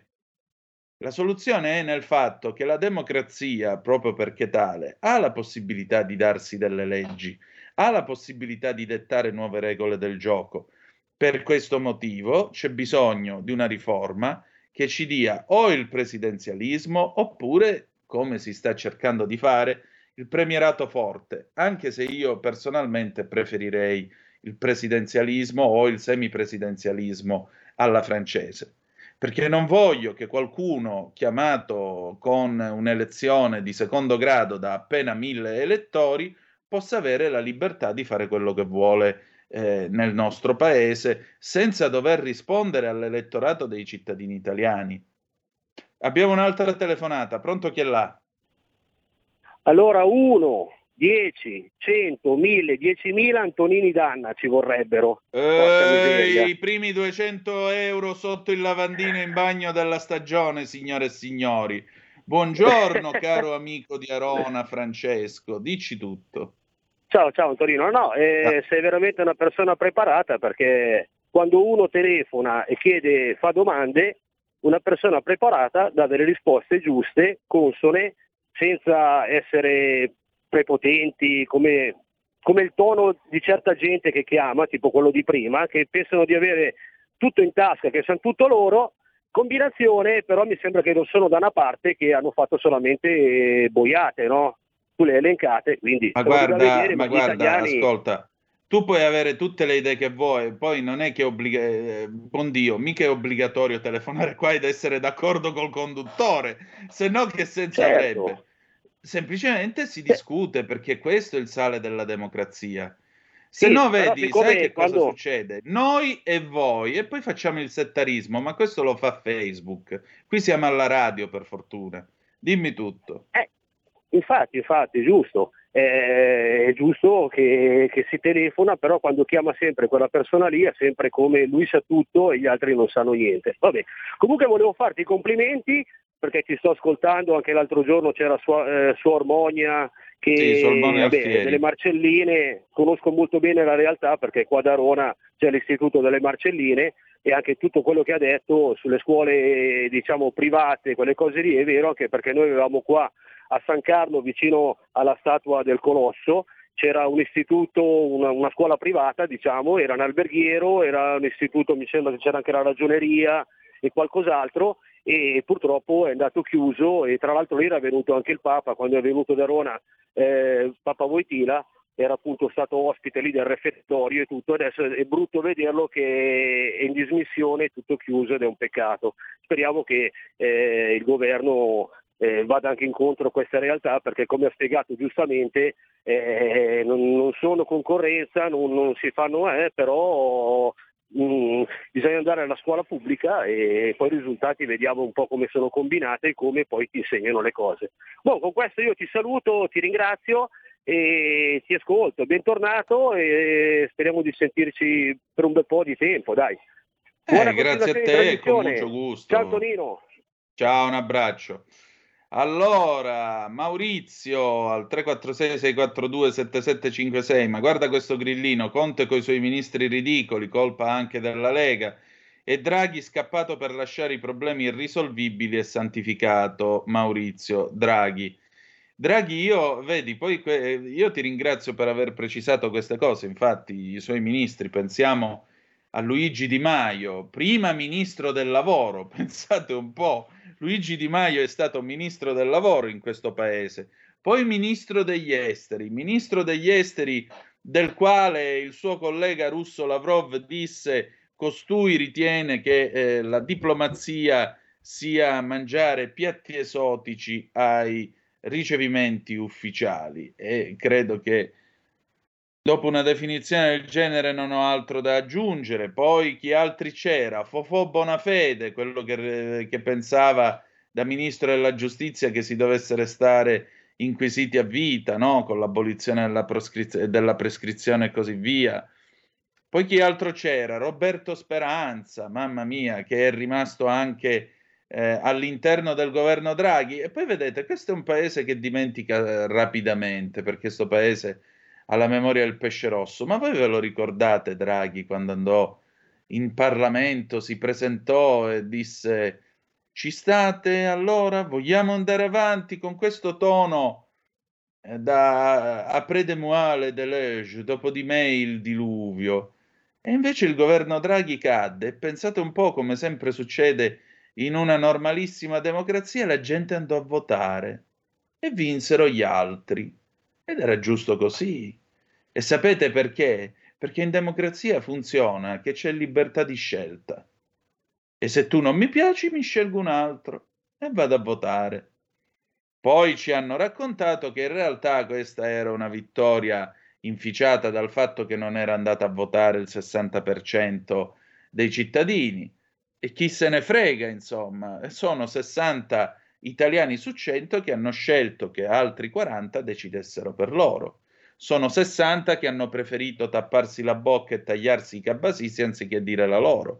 La soluzione è nel fatto che la democrazia, proprio perché tale, ha la possibilità di darsi delle leggi, ha la possibilità di dettare nuove regole del gioco. Per questo motivo c'è bisogno di una riforma che ci dia o il presidenzialismo oppure, come si sta cercando di fare, il premierato forte, anche se io personalmente preferirei il presidenzialismo o il semipresidenzialismo alla francese. Perché non voglio che qualcuno chiamato con un'elezione di secondo grado da appena mille elettori possa avere la libertà di fare quello che vuole eh, nel nostro paese senza dover rispondere all'elettorato dei cittadini italiani. Abbiamo un'altra telefonata, pronto chi è là? Allora uno, dieci, cento, mille, diecimila Antonini Danna ci vorrebbero. Ehi, i primi duecento euro sotto il lavandino in bagno della stagione, signore e signori. Buongiorno, caro amico di Arona, Francesco, dici tutto. Ciao, ciao Antonino. No, eh, Ah. sei veramente una persona preparata perché quando uno telefona e chiede, fa domande, una persona preparata dà delle risposte giuste, consone, senza essere prepotenti, come, come il tono di certa gente che chiama, tipo quello di prima, che pensano di avere tutto in tasca, che sanno tutto loro. Combinazione, però mi sembra che non sono da una parte, che hanno fatto solamente boiate, no? Tu le hai elencate, quindi... Ma sono da guarda, vedere, ma gli guarda, italiani... ascolta, tu puoi avere tutte le idee che vuoi, poi non è che è obbliga- eh, buon Dio, mica è obbligatorio telefonare qua ed essere d'accordo col conduttore, se no che senso Certo. avrebbe? Semplicemente si discute, perché questo è il sale della democrazia. Se Sì, no, però vedi, siccome sai che cosa quando- succede? Noi e voi, e poi facciamo il settarismo, ma questo lo fa Facebook. Qui siamo alla radio, per fortuna. Dimmi tutto. Eh, infatti, infatti, è giusto. Eh, è giusto che, che si telefona, però quando chiama sempre quella persona lì è sempre come lui sa tutto e gli altri non sanno niente. Vabbè, comunque volevo farti i complimenti perché ti sto ascoltando, anche l'altro giorno c'era Suor, eh, Suor Monia che Sì, Suor Monia vabbè, Alfieri. delle Marcelline, conosco molto bene la realtà perché qua da Arona c'è l'Istituto delle Marcelline e anche tutto quello che ha detto sulle scuole diciamo private, quelle cose lì è vero, anche perché noi avevamo qua a San Carlo vicino alla statua del Colosso c'era un istituto, una, una scuola privata diciamo, era un alberghiero, era un istituto, mi sembra che c'era anche la ragioneria e qualcos'altro e purtroppo è andato chiuso e tra l'altro lì era venuto anche il Papa, quando è venuto da Roma eh, Papa Wojtyla era appunto stato ospite lì del refettorio e tutto, adesso è brutto vederlo che è in dismissione, tutto chiuso ed è un peccato. Speriamo che eh, il governo eh, vada anche incontro a questa realtà perché come ha spiegato giustamente eh, non, non sono concorrenza, non, non si fanno eh, però Mm, bisogna andare alla scuola pubblica e poi i risultati vediamo un po' come sono combinate e come poi ti insegnano le cose. Bon, con questo io ti saluto, ti ringrazio e ti ascolto, bentornato e speriamo di sentirci per un bel po' di tempo, dai. Buona Eh, grazie a continuazione di te, con trasmissione. molto gusto. Ciao Antonino. Ciao, un abbraccio. Allora, Maurizio al tre quattro sei sei quattro due sette sette cinque sei, ma guarda questo grillino, Conte coi suoi ministri ridicoli, colpa anche della Lega, e Draghi scappato per lasciare i problemi irrisolvibili e santificato. Maurizio Draghi. Draghi, io, vedi, poi que- io ti ringrazio per aver precisato queste cose, infatti i suoi ministri, pensiamo a Luigi Di Maio, prima ministro del lavoro, pensate un po', Luigi Di Maio è stato ministro del lavoro in questo paese, poi ministro degli esteri, ministro degli esteri del quale il suo collega russo Lavrov disse costui ritiene che eh, la diplomazia sia mangiare piatti esotici ai ricevimenti ufficiali e credo che dopo una definizione del genere non ho altro da aggiungere. Poi chi altri c'era? Fofò Bonafede, quello che, che pensava da ministro della giustizia che si dovesse restare inquisiti a vita, no? Con l'abolizione della, proscriz- della prescrizione e così via. Poi chi altro c'era? Roberto Speranza, mamma mia, che è rimasto anche eh, all'interno del governo Draghi. E poi vedete, questo è un paese che dimentica eh, rapidamente, perché questo paese alla memoria del pesce rosso. Ma voi ve lo ricordate Draghi quando andò in Parlamento, si presentò e disse ci state allora? Vogliamo andare avanti con questo tono eh, da après de moi le déluge, dopo di me il diluvio. E invece il governo Draghi cadde e pensate un po' come sempre succede in una normalissima democrazia, la gente andò a votare e vinsero gli altri. Ed era giusto così. E sapete perché? Perché in democrazia funziona che c'è libertà di scelta. E se tu non mi piaci, mi scelgo un altro e vado a votare. Poi ci hanno raccontato che in realtà questa era una vittoria inficiata dal fatto che non era andata a votare il sessanta per cento dei cittadini. E chi se ne frega, insomma. Sono sessanta italiani su cento che hanno scelto che altri quaranta decidessero per loro. Sono sessanta che hanno preferito tapparsi la bocca e tagliarsi i cabasisi anziché dire la loro.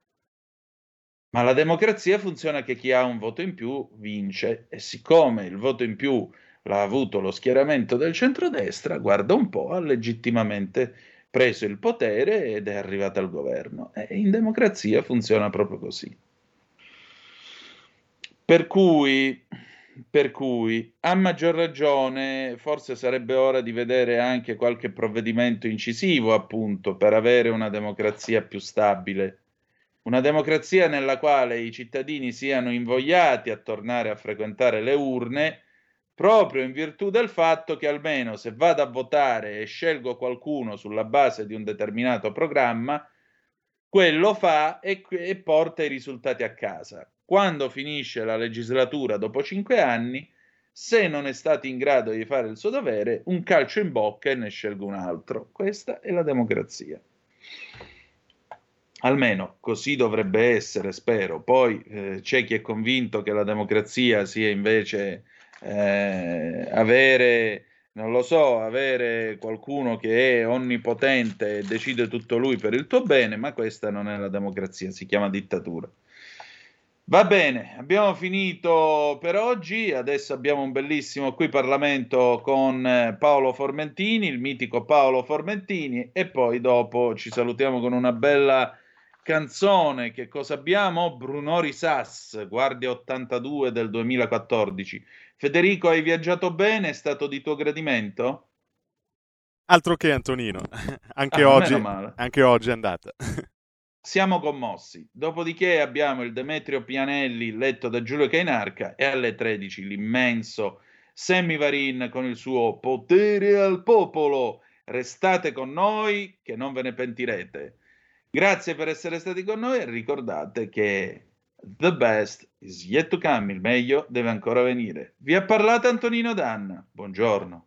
Ma la democrazia funziona che chi ha un voto in più vince, e siccome il voto in più l'ha avuto lo schieramento del centrodestra, guarda un po', ha legittimamente preso il potere ed è arrivata al governo. E in democrazia funziona proprio così. Per cui, per cui, a maggior ragione, forse sarebbe ora di vedere anche qualche provvedimento incisivo, appunto, per avere una democrazia più stabile. Una democrazia nella quale i cittadini siano invogliati a tornare a frequentare le urne, proprio in virtù del fatto che almeno se vado a votare e scelgo qualcuno sulla base di un determinato programma, quello fa e, e porta i risultati a casa. Quando finisce la legislatura dopo cinque anni, se non è stato in grado di fare il suo dovere, un calcio in bocca e ne scelgo un altro. Questa è la democrazia. Almeno così dovrebbe essere, spero. Poi eh, c'è chi è convinto che la democrazia sia invece eh, avere, non lo so, avere qualcuno che è onnipotente e decide tutto lui per il tuo bene, ma questa non è la democrazia, si chiama dittatura. Va bene, abbiamo finito per oggi, adesso abbiamo un bellissimo Qui Parlamento con Paolo Formentini, il mitico Paolo Formentini, e poi dopo ci salutiamo con una bella canzone. Che cosa abbiamo? Bruno Risas, Guardia ottantadue del duemilaquattordici. Federico, hai viaggiato bene? È stato di tuo gradimento? Altro che Antonino, anche, ah, oggi, anche oggi è andata. Siamo commossi. Dopodiché abbiamo il Demetrio Pianelli letto da Giulio Cainarca e alle tredici l'immenso Sammy Varin con il suo Potere al popolo. Restate con noi che non ve ne pentirete. Grazie per essere stati con noi e ricordate che the best is yet to come, il meglio deve ancora venire. Vi ha parlato Antonino Danna. Buongiorno.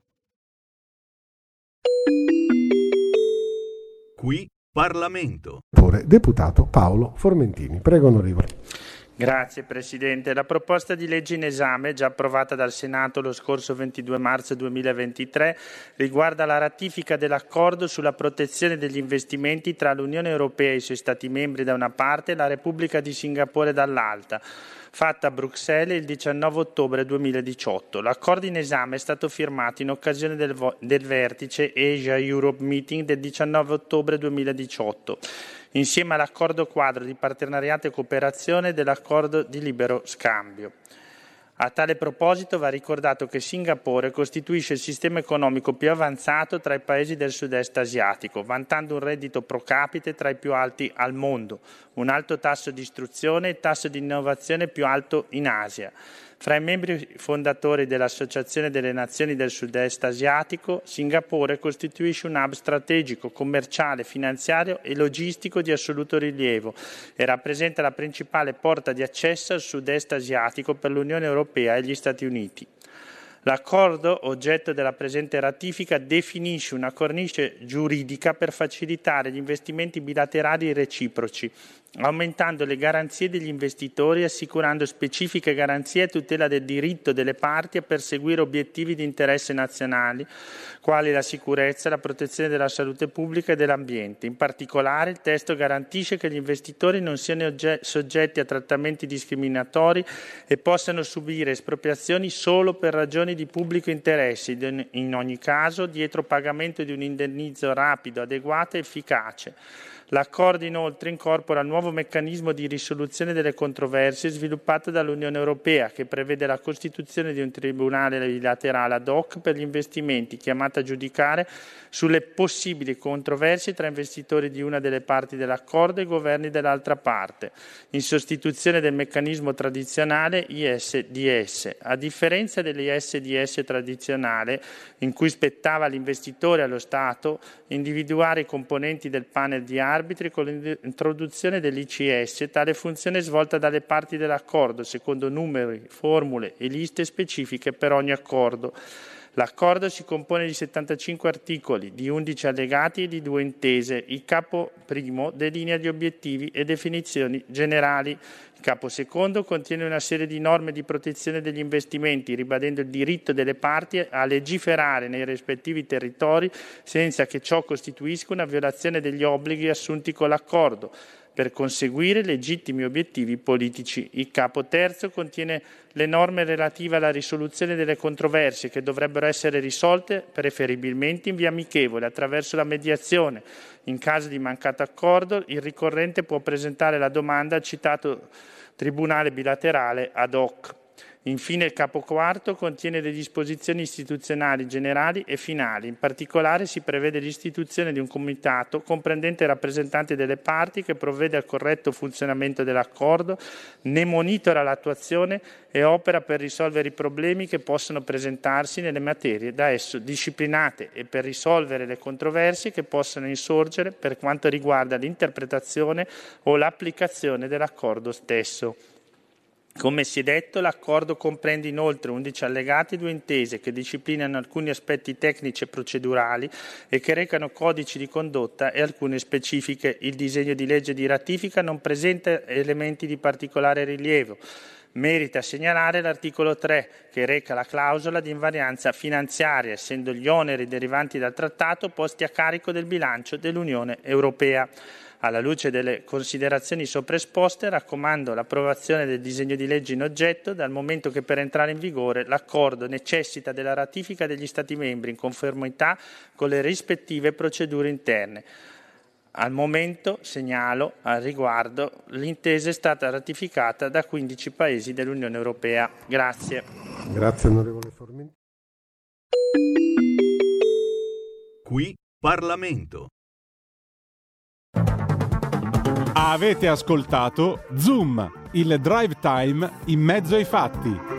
Qui Parlamento. Deputato Paolo Formentini. Prego, onorevole. Grazie Presidente. La proposta di legge in esame, già approvata dal Senato lo scorso ventidue marzo duemilaventitré, riguarda la ratifica dell'accordo sulla protezione degli investimenti tra l'Unione Europea e i suoi Stati membri da una parte e la Repubblica di Singapore dall'altra, fatta a Bruxelles il diciannove ottobre duemiladiciotto. L'accordo in esame è stato firmato in occasione del, del vertice Asia-Europe Meeting del diciannove ottobre duemiladiciotto, insieme all'accordo quadro di partenariato e cooperazione dell'accordo di libero scambio. A tale proposito va ricordato che Singapore costituisce il sistema economico più avanzato tra i paesi del sud-est asiatico, vantando un reddito pro capite tra i più alti al mondo, un alto tasso di istruzione e il tasso di innovazione più alto in Asia. Fra i membri fondatori dell'Associazione delle Nazioni del Sud-Est Asiatico, Singapore costituisce un hub strategico, commerciale, finanziario e logistico di assoluto rilievo e rappresenta la principale porta di accesso al Sud-Est Asiatico per l'Unione Europea e gli Stati Uniti. L'accordo, oggetto della presente ratifica, definisce una cornice giuridica per facilitare gli investimenti bilaterali reciproci, aumentando le garanzie degli investitori e assicurando specifiche garanzie a tutela del diritto delle parti a perseguire obiettivi di interesse nazionali, quali la sicurezza, la protezione della salute pubblica e dell'ambiente. In particolare, il testo garantisce che gli investitori non siano soggetti a trattamenti discriminatori e possano subire espropriazioni solo per ragioni di pubblico interesse, in ogni caso dietro pagamento di un indennizzo rapido, adeguato e efficace. L'accordo inoltre incorpora il nuovo meccanismo di risoluzione delle controversie sviluppato dall'Unione Europea, che prevede la costituzione di un tribunale bilaterale ad hoc per gli investimenti, chiamato a giudicare sulle possibili controversie tra investitori di una delle parti dell'accordo e governi dell'altra parte, in sostituzione del meccanismo tradizionale I S D S. A differenza dell'I S D S tradizionale, in cui spettava all'investitore e allo Stato individuare i componenti del panel di arbitri, con l'introduzione dell'I C S, tale funzione è svolta dalle parti dell'accordo, secondo numeri, formule e liste specifiche per ogni accordo. L'accordo si compone di settantacinque articoli, di undici allegati e di due intese. Il capo primo delinea gli obiettivi e definizioni generali. Il capo secondo contiene una serie di norme di protezione degli investimenti, ribadendo il diritto delle parti a legiferare nei rispettivi territori senza che ciò costituisca una violazione degli obblighi assunti con l'accordo. per conseguire legittimi obiettivi politici. Il capo terzo contiene le norme relative alla risoluzione delle controversie che dovrebbero essere risolte preferibilmente in via amichevole attraverso la mediazione. In caso di mancato accordo, il ricorrente può presentare la domanda al citato tribunale bilaterale ad hoc. Infine il capo quarto contiene le disposizioni istituzionali generali e finali. In particolare si prevede l'istituzione di un comitato comprendente rappresentanti delle parti che provvede al corretto funzionamento dell'accordo, ne monitora l'attuazione e opera per risolvere i problemi che possono presentarsi nelle materie da esso disciplinate e per risolvere le controversie che possono insorgere per quanto riguarda l'interpretazione o l'applicazione dell'accordo stesso. Come si è detto, l'accordo comprende inoltre undici allegati e due intese che disciplinano alcuni aspetti tecnici e procedurali e che recano codici di condotta e alcune specifiche. Il disegno di legge di ratifica non presenta elementi di particolare rilievo. Merita segnalare l'articolo tre, che reca la clausola di invarianza finanziaria, essendo gli oneri derivanti dal trattato posti a carico del bilancio dell'Unione Europea. Alla luce delle considerazioni sopraesposte, raccomando l'approvazione del disegno di legge in oggetto, dal momento che per entrare in vigore l'accordo necessita della ratifica degli Stati membri in conformità con le rispettive procedure interne. Al momento, segnalo al riguardo, l'intesa è stata ratificata da quindici Paesi dell'Unione Europea. Grazie. Grazie onorevole Formini. Qui Parlamento. Avete ascoltato Zoom, il drive time in mezzo ai fatti.